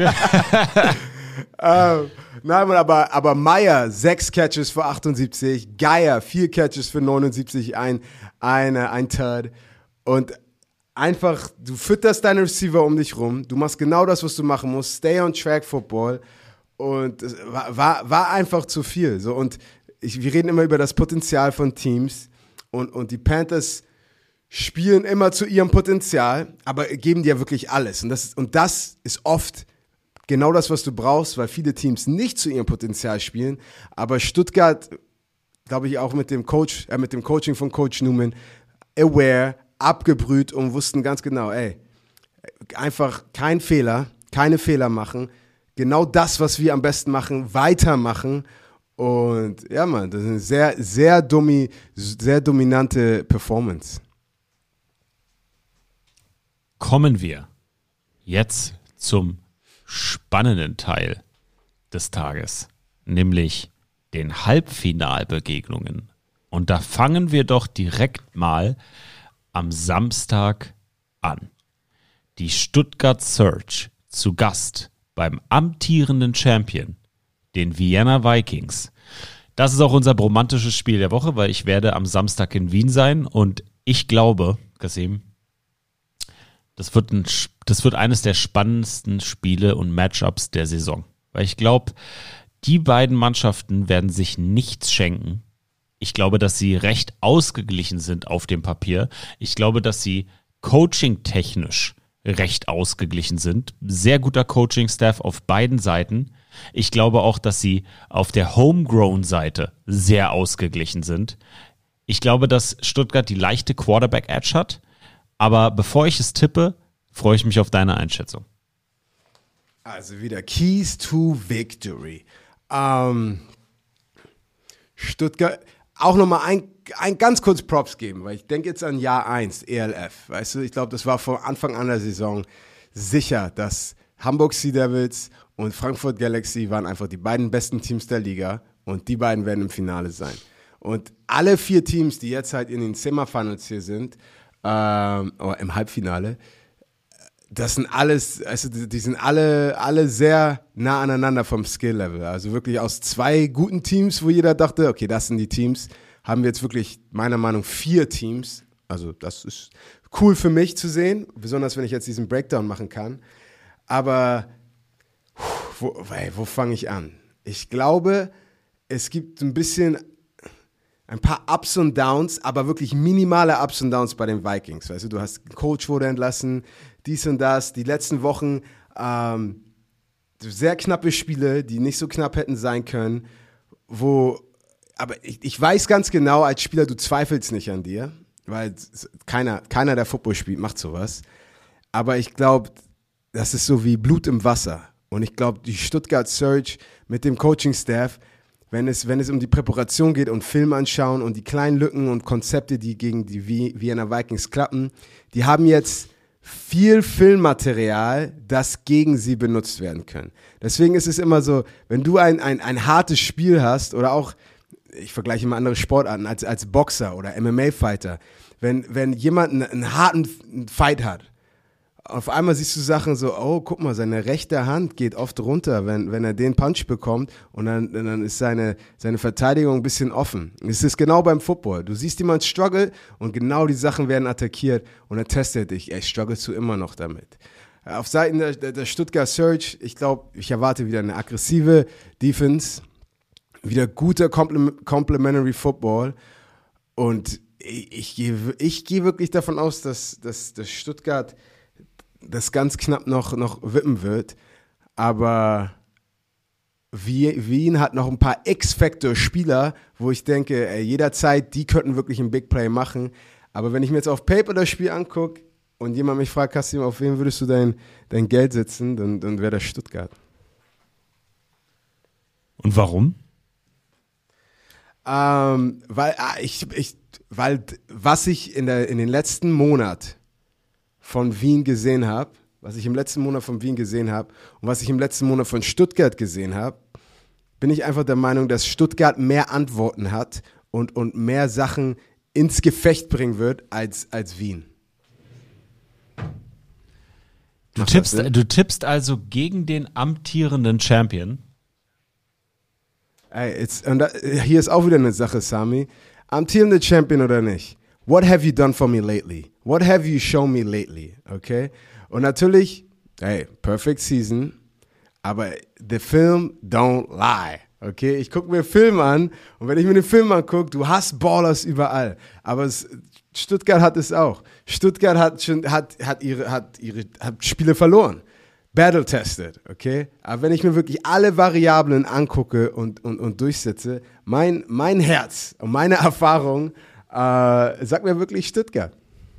ähm, nein, Mann, aber, aber Meyer, sechs Catches für achtundsiebzig, Geier, vier Catches für neunundsiebzig, ein, eine, ein Third. Und einfach, du fütterst deine Receiver um dich rum, du machst genau das, was du machen musst, stay on track Football. Und es war, war, war einfach zu viel. So, und ich, wir reden immer über das Potenzial von Teams und, und die Panthers spielen immer zu ihrem Potenzial, aber geben dir wirklich alles. Und das, ist, und das ist oft genau das, was du brauchst, weil viele Teams nicht zu ihrem Potenzial spielen. Aber Stuttgart, glaube ich, auch mit dem Coach, äh, mit dem Coaching von Coach Newman, aware, abgebrüht und wussten ganz genau, ey, einfach kein Fehler, keine Fehler machen, genau das, was wir am besten machen, weitermachen. Und ja, Mann, das ist eine sehr, sehr, domi, sehr dominante Performance. Kommen wir jetzt zum spannenden Teil des Tages, nämlich den Halbfinalbegegnungen. Und da fangen wir doch direkt mal am Samstag an. Die Stuttgart Surge zu Gast beim amtierenden Champion, den Vienna Vikings. Das ist auch unser romantisches Spiel der Woche, weil ich werde am Samstag in Wien sein und ich glaube, Kasim, das wird, ein, das wird eines der spannendsten Spiele und Matchups der Saison. Weil ich glaube, die beiden Mannschaften werden sich nichts schenken. Ich glaube, dass sie recht ausgeglichen sind auf dem Papier. Ich glaube, dass sie coaching-technisch recht ausgeglichen sind. Sehr guter Coaching-Staff auf beiden Seiten. Ich glaube auch, dass sie auf der Homegrown-Seite sehr ausgeglichen sind. Ich glaube, dass Stuttgart die leichte Quarterback-Edge hat. Aber bevor ich es tippe, freue ich mich auf deine Einschätzung. Also wieder Keys to Victory. Ähm, Stuttgart, auch nochmal ein, ein ganz kurz Props geben, weil ich denke jetzt an Jahr eins, E L F. Weißt du, ich glaube, das war von Anfang an der Saison sicher, dass Hamburg Sea Devils und Frankfurt Galaxy waren einfach die beiden besten Teams der Liga und die beiden werden im Finale sein. Und alle vier Teams, die jetzt halt in den Semifinals hier sind, ähm, oder im Halbfinale, das sind alles, also die sind alle, alle sehr nah aneinander vom Skill-Level. Also wirklich aus zwei guten Teams, wo jeder dachte, okay, das sind die Teams, haben wir jetzt wirklich meiner Meinung nach vier Teams. Also das ist cool für mich zu sehen, besonders wenn ich jetzt diesen Breakdown machen kann. Aber wo, wo fange ich an? Ich glaube, es gibt ein bisschen ein paar Ups und Downs, aber wirklich minimale Ups und Downs bei den Vikings. Weißt du, du hast einen Coach wurde entlassen, dies und das. Die letzten Wochen ähm, sehr knappe Spiele, die nicht so knapp hätten sein können. Wo, aber ich, ich weiß ganz genau, als Spieler, du zweifelst nicht an dir, weil keiner, keiner, der Football spielt, macht sowas. Aber ich glaube, das ist so wie Blut im Wasser. Und ich glaube, die Stuttgart Surge mit dem Coaching-Staff, wenn es, wenn es um die Präparation geht und Film anschauen und die kleinen Lücken und Konzepte, die gegen die Vienna Vikings klappen, die haben jetzt viel Filmmaterial, das gegen sie benutzt werden können. Deswegen ist es immer so, wenn du ein, ein, ein hartes Spiel hast oder auch, ich vergleiche immer andere Sportarten, als, als Boxer oder M M A-Fighter, wenn, wenn jemand einen, einen harten Fight hat, auf einmal siehst du Sachen so, oh, guck mal, seine rechte Hand geht oft runter, wenn, wenn er den Punch bekommt und dann, dann ist seine, seine Verteidigung ein bisschen offen. Es ist genau beim Football. Du siehst jemand struggle und genau die Sachen werden attackiert und er testet dich. Ey, strugglest du immer noch damit. Auf Seiten der, der Stuttgart Surge, ich glaube, ich erwarte wieder eine aggressive Defense, wieder guter Complement- Complementary Football und ich, ich gehe ich geh wirklich davon aus, dass, dass, dass Stuttgart das ganz knapp noch, noch wippen wird, aber Wien hat noch ein paar X-Factor-Spieler, wo ich denke, ey, jederzeit, die könnten wirklich ein Big Play machen, aber wenn ich mir jetzt auf Paper das Spiel angucke und jemand mich fragt, Kassim, auf wen würdest du dein, dein Geld setzen, dann, dann wäre das Stuttgart. Und warum? Ähm, weil, ah, ich, ich, weil was ich in, der, in den letzten Monat von Wien gesehen habe, was ich im letzten Monat von Wien gesehen habe und was ich im letzten Monat von Stuttgart gesehen habe, bin ich einfach der Meinung, dass Stuttgart mehr Antworten hat und, und mehr Sachen ins Gefecht bringen wird als, als Wien. Du tippst, du tippst also gegen den amtierenden Champion? Ey, it's, und da, hier ist auch wieder eine Sache, Sami. Amtierender Champion oder nicht? What have you done for me lately? What have you shown me lately? Okay? Und natürlich, hey, perfect season, aber the film don't lie. Okay? Ich gucke mir Film an und wenn ich mir den Film angucke, du hast Ballers überall. Aber es, Stuttgart hat es auch. Stuttgart hat schon, hat, hat ihre, hat ihre, hat Spiele verloren. Battle tested, okay? Aber wenn ich mir wirklich alle Variablen angucke und, und, und durchsetze, mein, mein Herz und meine Erfahrung Äh, sag mir wirklich Stuttgart.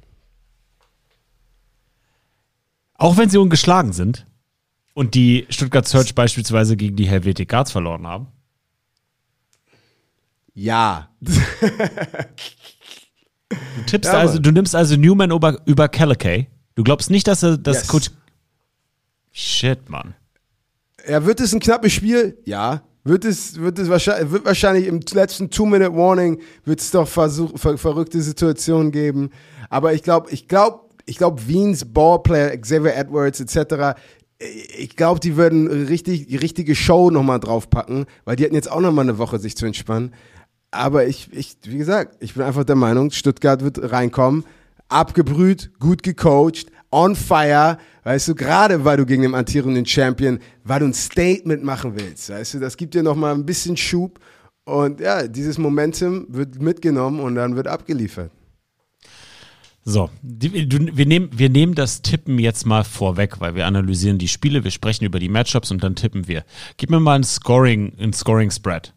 Auch wenn sie ungeschlagen sind und die Stuttgart Surge beispielsweise gegen die Helvetic Guards verloren haben? Ja. Du tippst Ja, also, Mann. du nimmst also Newman über, über Callaway. Du glaubst nicht, dass er das Yes. Coach. Shit, Mann. Ja, wird es ein knappes Spiel? Ja. Wird es, wird es wahrscheinlich, wird wahrscheinlich im letzten Two-Minute-Warning wird es doch versuch, ver, verrückte Situationen geben. Aber ich glaube, ich glaube, ich glaube, Wiens Ballplayer, Xavier Edwards et cetera, ich glaube, die würden richtig, die richtige Show nochmal draufpacken, weil die hatten jetzt auch nochmal eine Woche, sich zu entspannen. Aber ich, ich, wie gesagt, ich bin einfach der Meinung, Stuttgart wird reinkommen, abgebrüht, gut gecoacht, on fire, weißt du, gerade weil du gegen den amtierenden Champion, weil du ein Statement machen willst, weißt du, das gibt dir nochmal ein bisschen Schub und ja, dieses Momentum wird mitgenommen und dann wird abgeliefert. So, die, du, wir, nehmen, wir nehmen das Tippen jetzt mal vorweg, weil wir analysieren die Spiele, wir sprechen über die Matchups und dann tippen wir. Gib mir mal ein Scoring, ein Scoring-Spread.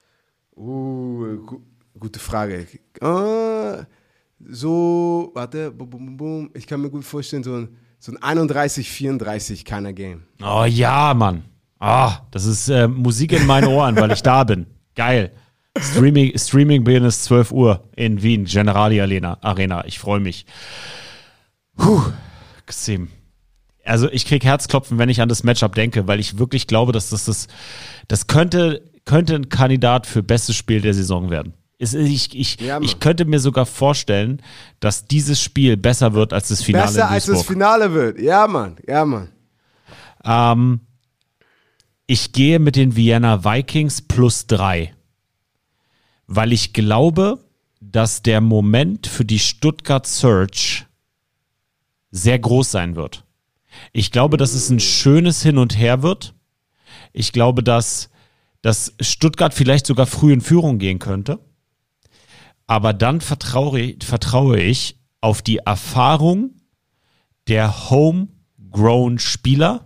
Uh, gu- gute Frage. Uh, so, warte, bum, bum, bum, ich kann mir gut vorstellen, so ein, so ein einunddreißig vierunddreißig keiner Game. Oh ja, Mann. Ah, das ist äh, Musik in meinen Ohren, weil ich da bin. Geil. Streaming, Streaming beginnt es zwölf Uhr in Wien, Generali Arena. Arena. Ich freue mich. Puh, Xim. Also ich krieg Herzklopfen, wenn ich an das Matchup denke, weil ich wirklich glaube, dass das das, das könnte, könnte ein Kandidat für bestes Spiel der Saison werden. Es, ich, ich, Ja, ich könnte mir sogar vorstellen, dass dieses Spiel besser wird als das Finale Besser in als Duisburg. das Finale wird. Ja, Mann. Ja, Mann. Ähm, ich gehe mit den Vienna Vikings plus drei. Weil ich glaube, dass der Moment für die Stuttgart Surge sehr groß sein wird. Ich glaube, dass es ein schönes Hin und Her wird. Ich glaube, dass, dass Stuttgart vielleicht sogar früh in Führung gehen könnte. Aber dann vertraue, vertraue ich auf die Erfahrung der homegrown Spieler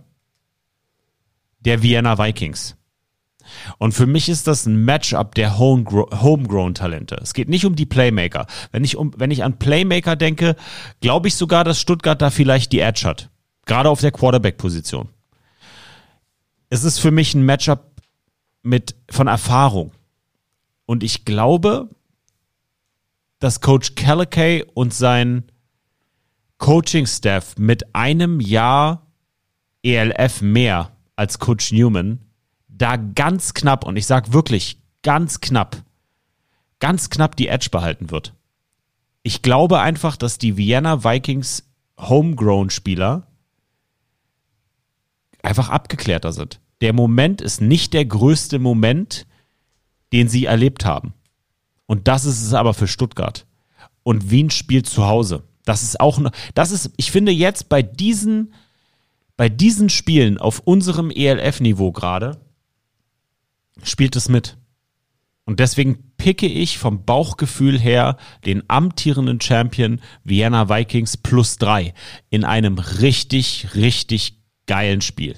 der Vienna Vikings. Und für mich ist das ein Matchup der Homegrown-Talente. Es geht nicht um die Playmaker. Wenn ich, um, wenn ich an Playmaker denke, glaube ich sogar, dass Stuttgart da vielleicht die Edge hat. Gerade auf der Quarterback-Position. Es ist für mich ein Matchup mit, von Erfahrung. Und ich glaube, dass Coach Callaway und sein Coaching-Staff mit einem Jahr E L F mehr als Coach Newman da ganz knapp, und ich sage wirklich ganz knapp, ganz knapp die Edge behalten wird. Ich glaube einfach, dass die Vienna Vikings Homegrown-Spieler einfach abgeklärter sind. Der Moment ist nicht der größte Moment, den sie erlebt haben. Und das ist es aber für Stuttgart. Und Wien spielt zu Hause. Das ist auch, das ist, ich finde jetzt bei diesen, bei diesen Spielen auf unserem E L F-Niveau gerade, spielt es mit. Und deswegen picke ich vom Bauchgefühl her den amtierenden Champion Vienna Vikings plus drei in einem richtig, richtig geilen Spiel.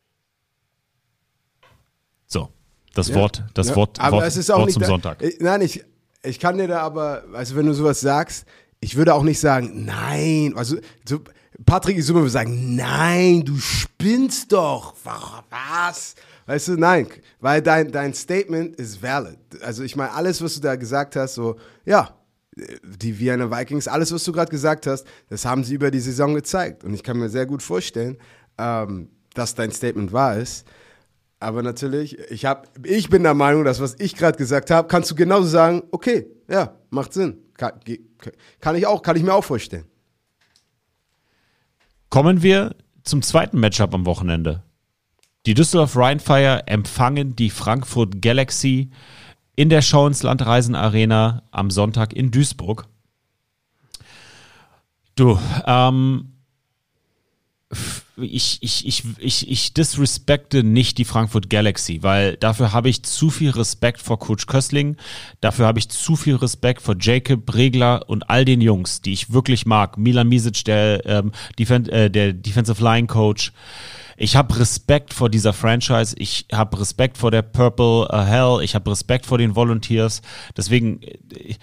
So, das Ja. Wort, das Ja, Wort, aber Wort, es ist auch Wort nicht zum da- Sonntag. Ich, nein, ich, ich kann dir da aber, also wenn du sowas sagst, ich würde auch nicht sagen, nein, also so, Patrick Isuma würde sagen, nein, du spinnst doch, was? Weißt du, nein, weil dein, dein Statement ist valid. Also ich meine, alles, was du da gesagt hast, so, ja, die Vienna Vikings, alles, was du gerade gesagt hast, das haben sie über die Saison gezeigt. Und ich kann mir sehr gut vorstellen, ähm, dass dein Statement wahr ist. Aber natürlich, ich, hab, ich bin der Meinung, dass was ich gerade gesagt habe, kannst du genauso sagen, okay, ja, macht Sinn. Kann, kann ich auch, kann ich mir auch vorstellen. Kommen wir zum zweiten Matchup am Wochenende. Die Düsseldorf Rheinfire empfangen die Frankfurt Galaxy in der Schau ins Land Reisen Arena am Sonntag in Duisburg. Du, ähm, ich, ich, ich, ich, ich disrespekte nicht die Frankfurt Galaxy, weil dafür habe ich zu viel Respekt vor Coach Kössling, dafür habe ich zu viel Respekt vor Jacob Regler und all den Jungs, die ich wirklich mag. Milan Misic, der, ähm, Defen- äh, der Defensive Line Coach. Ich habe Respekt vor dieser Franchise, ich habe Respekt vor der Purple uh, Hell, ich habe Respekt vor den Volunteers. Deswegen, äh,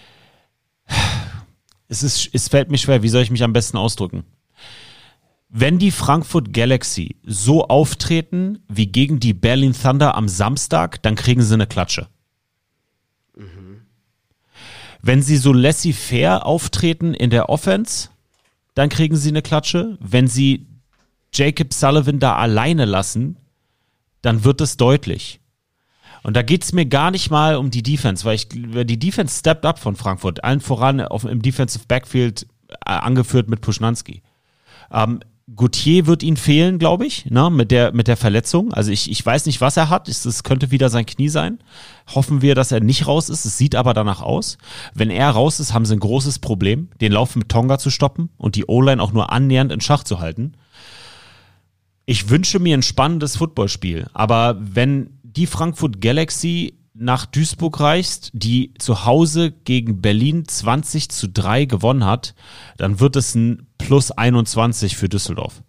es, ist, es fällt mir schwer, wie soll ich mich am besten ausdrücken? Wenn die Frankfurt Galaxy so auftreten wie gegen die Berlin Thunder am Samstag, dann kriegen sie eine Klatsche. Mhm. Wenn sie so laissez-faire auftreten in der Offense, dann kriegen sie eine Klatsche. Wenn sie Jacob Sullivan da alleine lassen dann wird es deutlich. Und da geht es mir gar nicht mal um die Defense, weil ich die Defense stepped up von Frankfurt, allen voran auf, im Defensive Backfield, äh, angeführt mit Puschnanski. Ähm, Gauthier wird ihn fehlen, glaube ich, ne, mit der, mit der Verletzung. Also ich, ich weiß nicht, was er hat. Es, es könnte wieder sein Knie sein. Hoffen wir, dass er nicht raus ist. Es sieht aber danach aus. Wenn er raus ist, haben sie ein großes Problem, den Lauf mit Tonga zu stoppen und die O-Line auch nur annähernd in Schach zu halten. Ich wünsche mir ein spannendes Footballspiel, aber wenn die Frankfurt Galaxy nach Duisburg reist, die zu Hause gegen Berlin zwanzig zu drei gewonnen hat, dann wird es ein Plus einundzwanzig für Düsseldorf.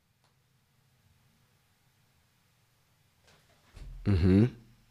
Mhm.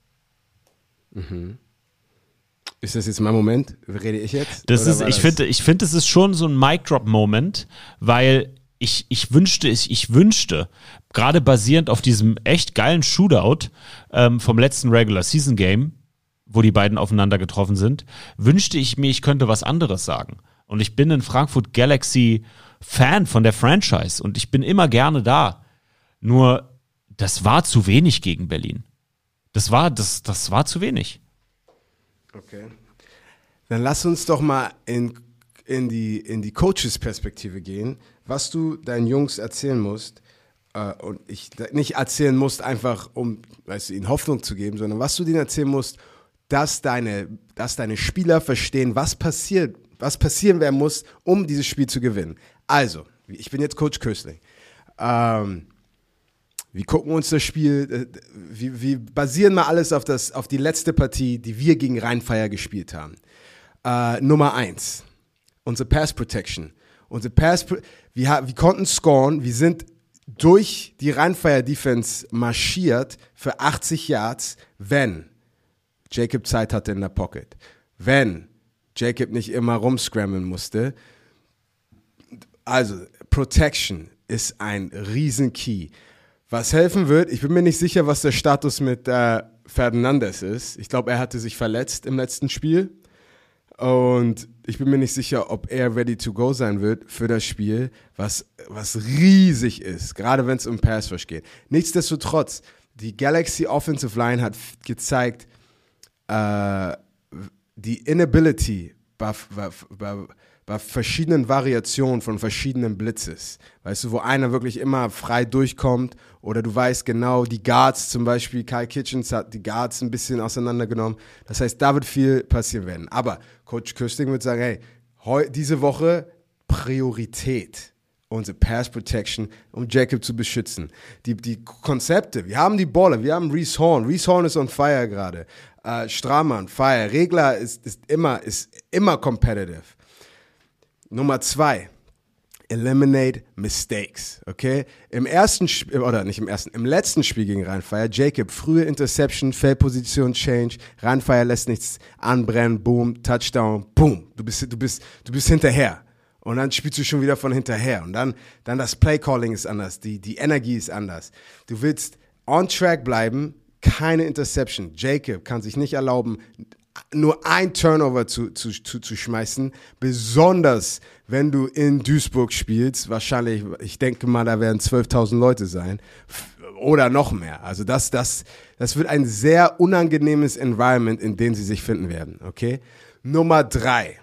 Mhm. Ist das jetzt mein Moment? Rede ich jetzt? Das Oder ist, war ich das- finde, ich finde, es ist schon so ein Mic-Drop-Moment, weil ich, ich wünschte, ich, ich wünschte, gerade basierend auf diesem echt geilen Shootout ähm, vom letzten Regular-Season-Game, wo die beiden aufeinander getroffen sind, wünschte ich mir, ich könnte was anderes sagen. Und ich bin ein Frankfurt Galaxy-Fan von der Franchise und ich bin immer gerne da. Nur, das war zu wenig gegen Berlin. Das war, das, das war zu wenig. Okay. Dann lass uns doch mal in, in die, in die Coaches-Perspektive gehen, was du deinen Jungs erzählen musst, äh, und ich nicht erzählen musst, einfach um, weißt du, ihnen Hoffnung zu geben, sondern was du denen erzählen musst, dass deine, dass deine Spieler verstehen, was passiert, was passieren werden muss, um dieses Spiel zu gewinnen. Also, ich bin jetzt Coach Köstling. Ähm, wir gucken uns das Spiel, äh, wir, wir basieren mal alles auf, das, auf die letzte Partie, die wir gegen Rheinfeier gespielt haben. Äh, Nummer eins, unsere Pass Protection. Unsere Pass, wir, wir konnten scoren, wir sind durch die Rheinfeier Defense marschiert für achtzig Yards, wenn Jacob Zeit hatte in der Pocket, wenn Jacob nicht immer rumscrammeln musste. Also, Protection ist ein riesen Key. Was helfen wird, ich bin mir nicht sicher, was der Status mit äh, Fernandes ist. Ich glaube, er hatte sich verletzt im letzten Spiel. Und ich bin mir nicht sicher, ob er ready to go sein wird für das Spiel, was, was riesig ist, gerade wenn es um Pass Rush geht. Nichtsdestotrotz, die Galaxy Offensive Line hat f- gezeigt, äh, die Inability bei, bei, bei, bei verschiedenen Variationen von verschiedenen Blitzes. Weißt du, wo einer wirklich immer frei durchkommt oder du weißt genau, die Guards zum Beispiel, Kyle Kitchens hat die Guards ein bisschen auseinandergenommen. Das heißt, da wird viel passieren werden. Aber Coach Köstling wird sagen, hey, heu, diese Woche Priorität, unsere Pass Protection, um Jacob zu beschützen. Die, die Konzepte, wir haben die Baller, wir haben Reese Horn. Reese Horn ist on fire gerade. Uh, Stramann, fire. Regler ist, ist, immer, ist immer competitive. Nummer zwei, eliminate mistakes, okay? Im ersten Spiel, oder nicht im ersten, im letzten Spiel gegen Rheinfeier, Jacob, frühe Interception, Feldposition Change, Rheinfeier lässt nichts anbrennen, boom, Touchdown, boom, du bist, du bist, du bist hinterher. Und dann spielst du schon wieder von hinterher. Und dann, dann das Play-Calling ist anders, die, die Energie ist anders. Du willst on track bleiben, keine Interception. Jacob kann sich nicht erlauben, nur ein Turnover zu, zu, zu, zu schmeißen, besonders wenn du in Duisburg spielst, wahrscheinlich, ich denke mal, da werden zwölftausend Leute sein oder noch mehr. Also das, das, das wird ein sehr unangenehmes Environment, in dem sie sich finden werden, okay? Nummer drei,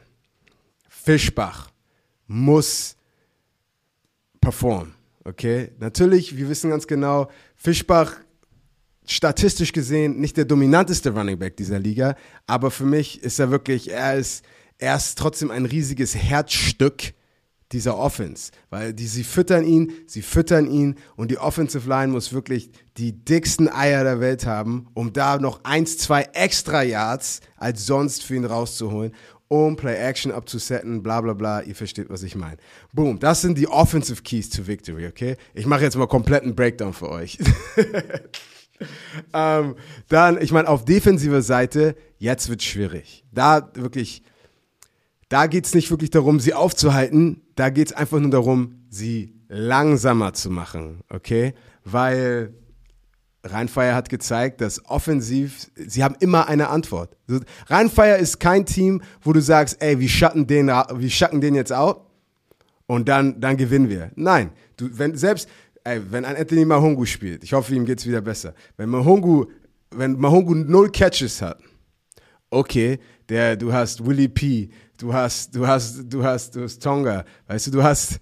Fischbach muss performen, okay? Natürlich, wir wissen ganz genau, Fischbach statistisch gesehen nicht der dominanteste Running Back dieser Liga, aber für mich ist er wirklich, er ist, er ist trotzdem ein riesiges Herzstück dieser Offense, weil die, sie füttern ihn, sie füttern ihn und die Offensive Line muss wirklich die dicksten Eier der Welt haben, um da noch eins, zwei extra Yards als sonst für ihn rauszuholen, um Play-Action abzusetten, bla bla bla, ihr versteht, was ich meine. Boom, das sind die Offensive Keys to Victory, okay? Ich mache jetzt mal kompletten Breakdown für euch. ähm, dann, ich meine, auf defensiver Seite, jetzt wird schwierig. Da wirklich, da geht es nicht wirklich darum, sie aufzuhalten, da geht es einfach nur darum, sie langsamer zu machen, okay? Weil Rheinfeier hat gezeigt, dass offensiv, sie haben immer eine Antwort. Rheinfeier ist kein Team, wo du sagst, ey, wir schatten den, wir schatten den jetzt out und dann, dann gewinnen wir. Nein, du, wenn, selbst ey, wenn ein Anthony Mahungu spielt, ich hoffe, ihm geht's wieder besser. Wenn Mahungu, wenn Mahungu null Catches hat, okay, der, du hast Willie P, du hast, du hast, du hast, du hast Tonga, weißt du, du hast,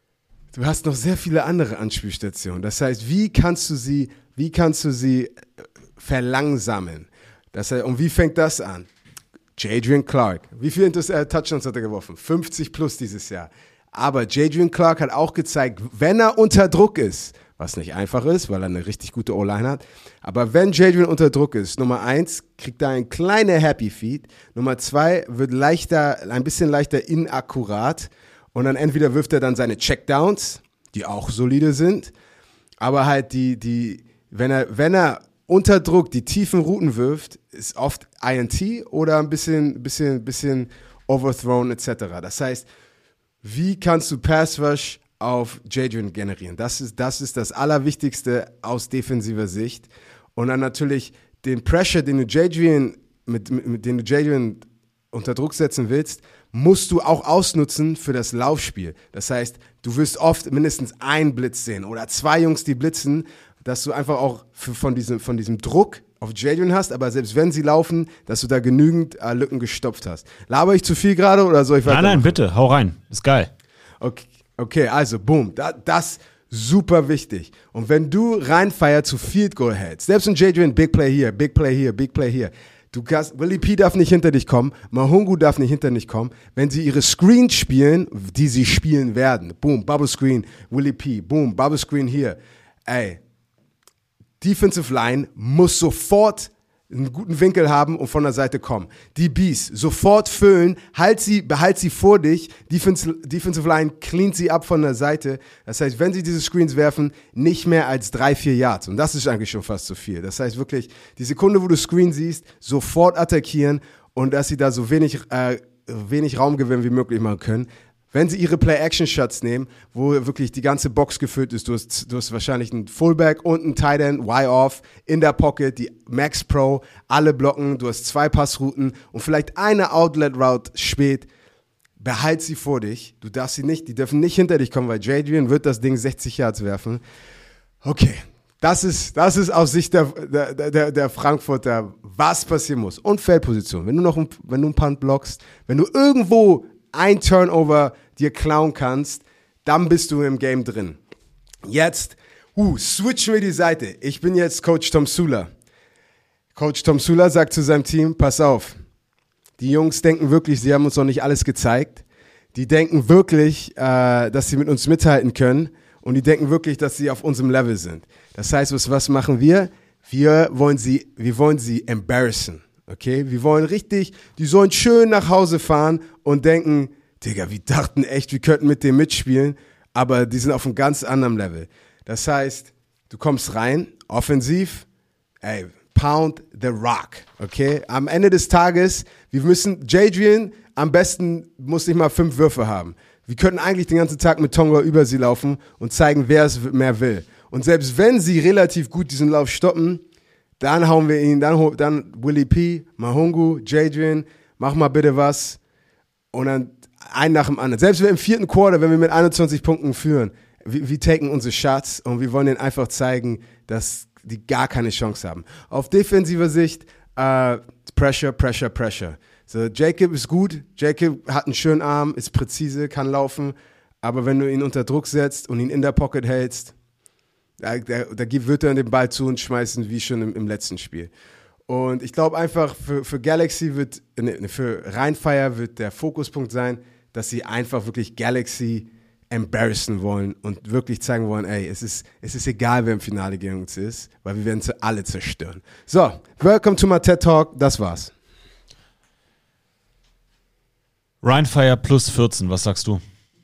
du hast noch sehr viele andere Anspielstationen. Das heißt, wie kannst du sie, wie kannst du sie verlangsamen? Das heißt, und wie fängt das an? Jadrian Clark. Wie viele äh, Touchdowns hat er geworfen? fünfzig plus dieses Jahr. Aber Jadrian Clark hat auch gezeigt, wenn er unter Druck ist, was nicht einfach ist, weil er eine richtig gute O-Line hat, aber wenn Jadrian unter Druck ist, Nummer eins, kriegt er ein kleiner Happy Feet, Nummer zwei, wird leichter, ein bisschen leichter inakkurat und dann entweder wirft er dann seine Checkdowns, die auch solide sind, aber halt die, die, wenn er, wenn er unter Druck die tiefen Routen wirft, ist oft I N T oder ein bisschen, bisschen, bisschen overthrown et cetera. Das heißt, wie kannst du Pass Rush auf Jadrian generieren? Das ist, das ist das Allerwichtigste aus defensiver Sicht. Und dann natürlich den Pressure, den du Jadrian, mit, mit, mit dem du Jadrian unter Druck setzen willst, musst du auch ausnutzen für das Laufspiel. Das heißt, du wirst oft mindestens einen Blitz sehen oder zwei Jungs, die blitzen, dass du einfach auch für, von, diesem, von diesem Druck auf Jadrian hast, aber selbst wenn sie laufen, dass du da genügend äh, Lücken gestopft hast. Laber ich zu viel gerade oder soll ich weiter? Nein, nein, bitte, hau rein. Ist geil. Okay, okay, also, boom, da, das super wichtig. Und wenn du reinfeier zu Field Goal hältst, selbst ein Jadrian, Big Play hier, Big Play hier, Big Play hier, du kannst, Willie P darf nicht hinter dich kommen, Mahungu darf nicht hinter dich kommen, wenn sie ihre Screens spielen, die sie spielen werden, boom, Bubble Screen, Willie P, boom, Bubble Screen hier, ey, Defensive Line muss sofort einen guten Winkel haben und von der Seite kommen. Die Bs sofort füllen, halt sie, behalt sie vor dich, Defensive, Defensive Line cleant sie ab von der Seite. Das heißt, wenn sie diese Screens werfen, nicht mehr als drei, vier Yards. Und das ist eigentlich schon fast zu viel. Das heißt wirklich, die Sekunde, wo du Screen siehst, sofort attackieren und dass sie da so wenig, äh, wenig Raumgewinn wie möglich machen können. Wenn sie ihre Play-Action-Shots nehmen, wo wirklich die ganze Box gefüllt ist, du hast, du hast wahrscheinlich einen Fullback und einen Tight End, Y-Off, in der Pocket, die Max Pro, alle blocken, du hast zwei Passrouten und vielleicht eine Outlet-Route spät, behalt sie vor dich, du darfst sie nicht, die dürfen nicht hinter dich kommen, weil Jadrian wird das Ding sechzig Yards werfen. Okay, das ist, das ist aus Sicht der, der, der, der Frankfurter, was passieren muss. Und Feldposition, wenn du noch, wenn du einen Punt blockst, wenn du irgendwo ein Turnover dir klauen kannst, dann bist du im Game drin. Jetzt, uh, switchen wir die Seite. Ich bin jetzt Coach Tom Sula. Coach Tom Sula sagt zu seinem Team, pass auf, die Jungs denken wirklich, sie haben uns noch nicht alles gezeigt. Die denken wirklich, äh, dass sie mit uns mithalten können und die denken wirklich, dass sie auf unserem Level sind. Das heißt, was, was machen wir? Wir wollen sie, wir wollen sie embarrassen. Okay, wir wollen richtig, die sollen schön nach Hause fahren und denken, Digga, wir dachten echt, wir könnten mit dem mitspielen, aber die sind auf einem ganz anderen Level. Das heißt, du kommst rein, offensiv, ey, pound the rock, okay? Am Ende des Tages, wir müssen, Jadrian, am besten muss nicht mal fünf Würfe haben. Wir könnten eigentlich den ganzen Tag mit Tonga über sie laufen und zeigen, wer es mehr will. Und selbst wenn sie relativ gut diesen Lauf stoppen, dann hauen wir ihn, dann, dann Willie P, Mahungu, Jadrian, mach mal bitte was. Und dann ein nach dem anderen. Selbst im vierten Quarter, wenn wir mit einundzwanzig Punkten führen, wir, wir taken unsere Shots und wir wollen ihnen einfach zeigen, dass die gar keine Chance haben. Auf defensiver Sicht, äh, Pressure, Pressure, Pressure. So, Jacob ist gut, Jacob hat einen schönen Arm, ist präzise, kann laufen, aber wenn du ihn unter Druck setzt und ihn in der Pocket hältst, Da, da, da wird er den Ball zu uns schmeißen, wie schon im, im letzten Spiel. Und ich glaube einfach, für, für Galaxy wird, ne, für Rheinfire wird der Fokuspunkt sein, dass sie einfach wirklich Galaxy embarrassen wollen und wirklich zeigen wollen, ey, es ist, es ist egal, wer im Finale gegen uns ist, weil wir werden sie alle zerstören. So, welcome to my TED Talk, das war's. Rheinfire plus vierzehn, was sagst du?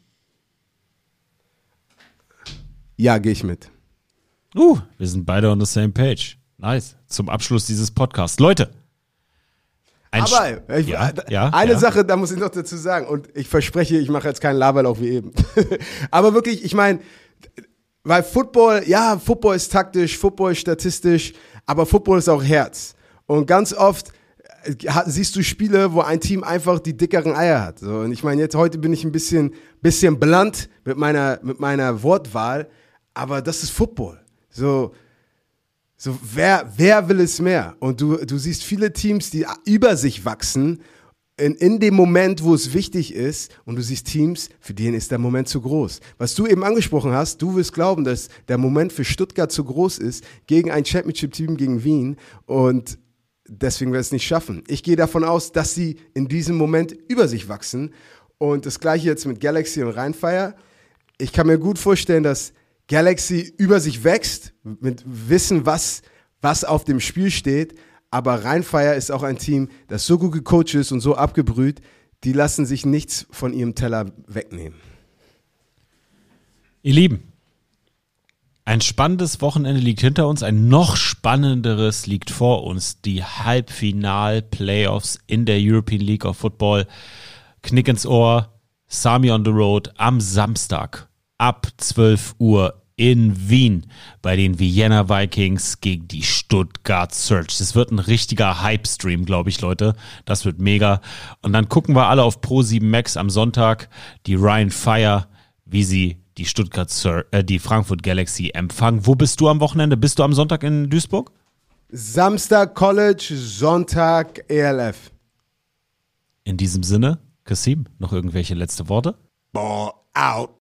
Ja, gehe ich mit. Uh, wir sind beide on the same page. Nice. Zum Abschluss dieses Podcasts. Leute. Ein Aber ich, ja, ja, eine ja. Sache, da muss ich noch dazu sagen. Und ich verspreche, ich mache jetzt keinen Laberlauf wie eben. Aber wirklich, ich meine, weil Football, ja, Football ist taktisch, Football ist statistisch, aber Football ist auch Herz. Und ganz oft siehst du Spiele, wo ein Team einfach die dickeren Eier hat. So, und ich meine, jetzt heute bin ich ein bisschen, bisschen blunt mit meiner, mit meiner Wortwahl. aber das ist Football. So, so wer, wer will es mehr? Und du, du siehst viele Teams, die über sich wachsen, in, in dem Moment, wo es wichtig ist, und du siehst Teams, für denen ist der Moment zu groß. Was du eben angesprochen hast, du wirst glauben, dass der Moment für Stuttgart zu groß ist, gegen ein Championship-Team gegen Wien, und deswegen wird es nicht schaffen. Ich gehe davon aus, dass sie in diesem Moment über sich wachsen, und das gleiche jetzt mit Galaxy und Rheinfire. Ich kann mir gut vorstellen, dass Galaxy über sich wächst, mit Wissen, was, was auf dem Spiel steht. Aber Rheinfire ist auch ein Team, das so gut gecoacht ist und so abgebrüht, die lassen sich nichts von ihrem Teller wegnehmen. Ihr Lieben, ein spannendes Wochenende liegt hinter uns, ein noch spannenderes liegt vor uns. Die Halbfinal-Playoffs in der European League of Football. Knick ins Ohr, Sami on the Road am Samstag ab zwölf Uhr in Wien bei den Vienna Vikings gegen die Stuttgart Surge. Das wird ein richtiger Hype-Stream, glaube ich, Leute. Das wird mega. Und dann gucken wir alle auf Pro sieben Max am Sonntag die Rheinfire, wie sie die Stuttgart Sur- äh, die Frankfurt Galaxy empfangen. Wo bist du am Wochenende? Bist du am Sonntag in Duisburg? Samstag College, Sonntag E L F. In diesem Sinne, Kasim, noch irgendwelche letzte Worte? Ball out.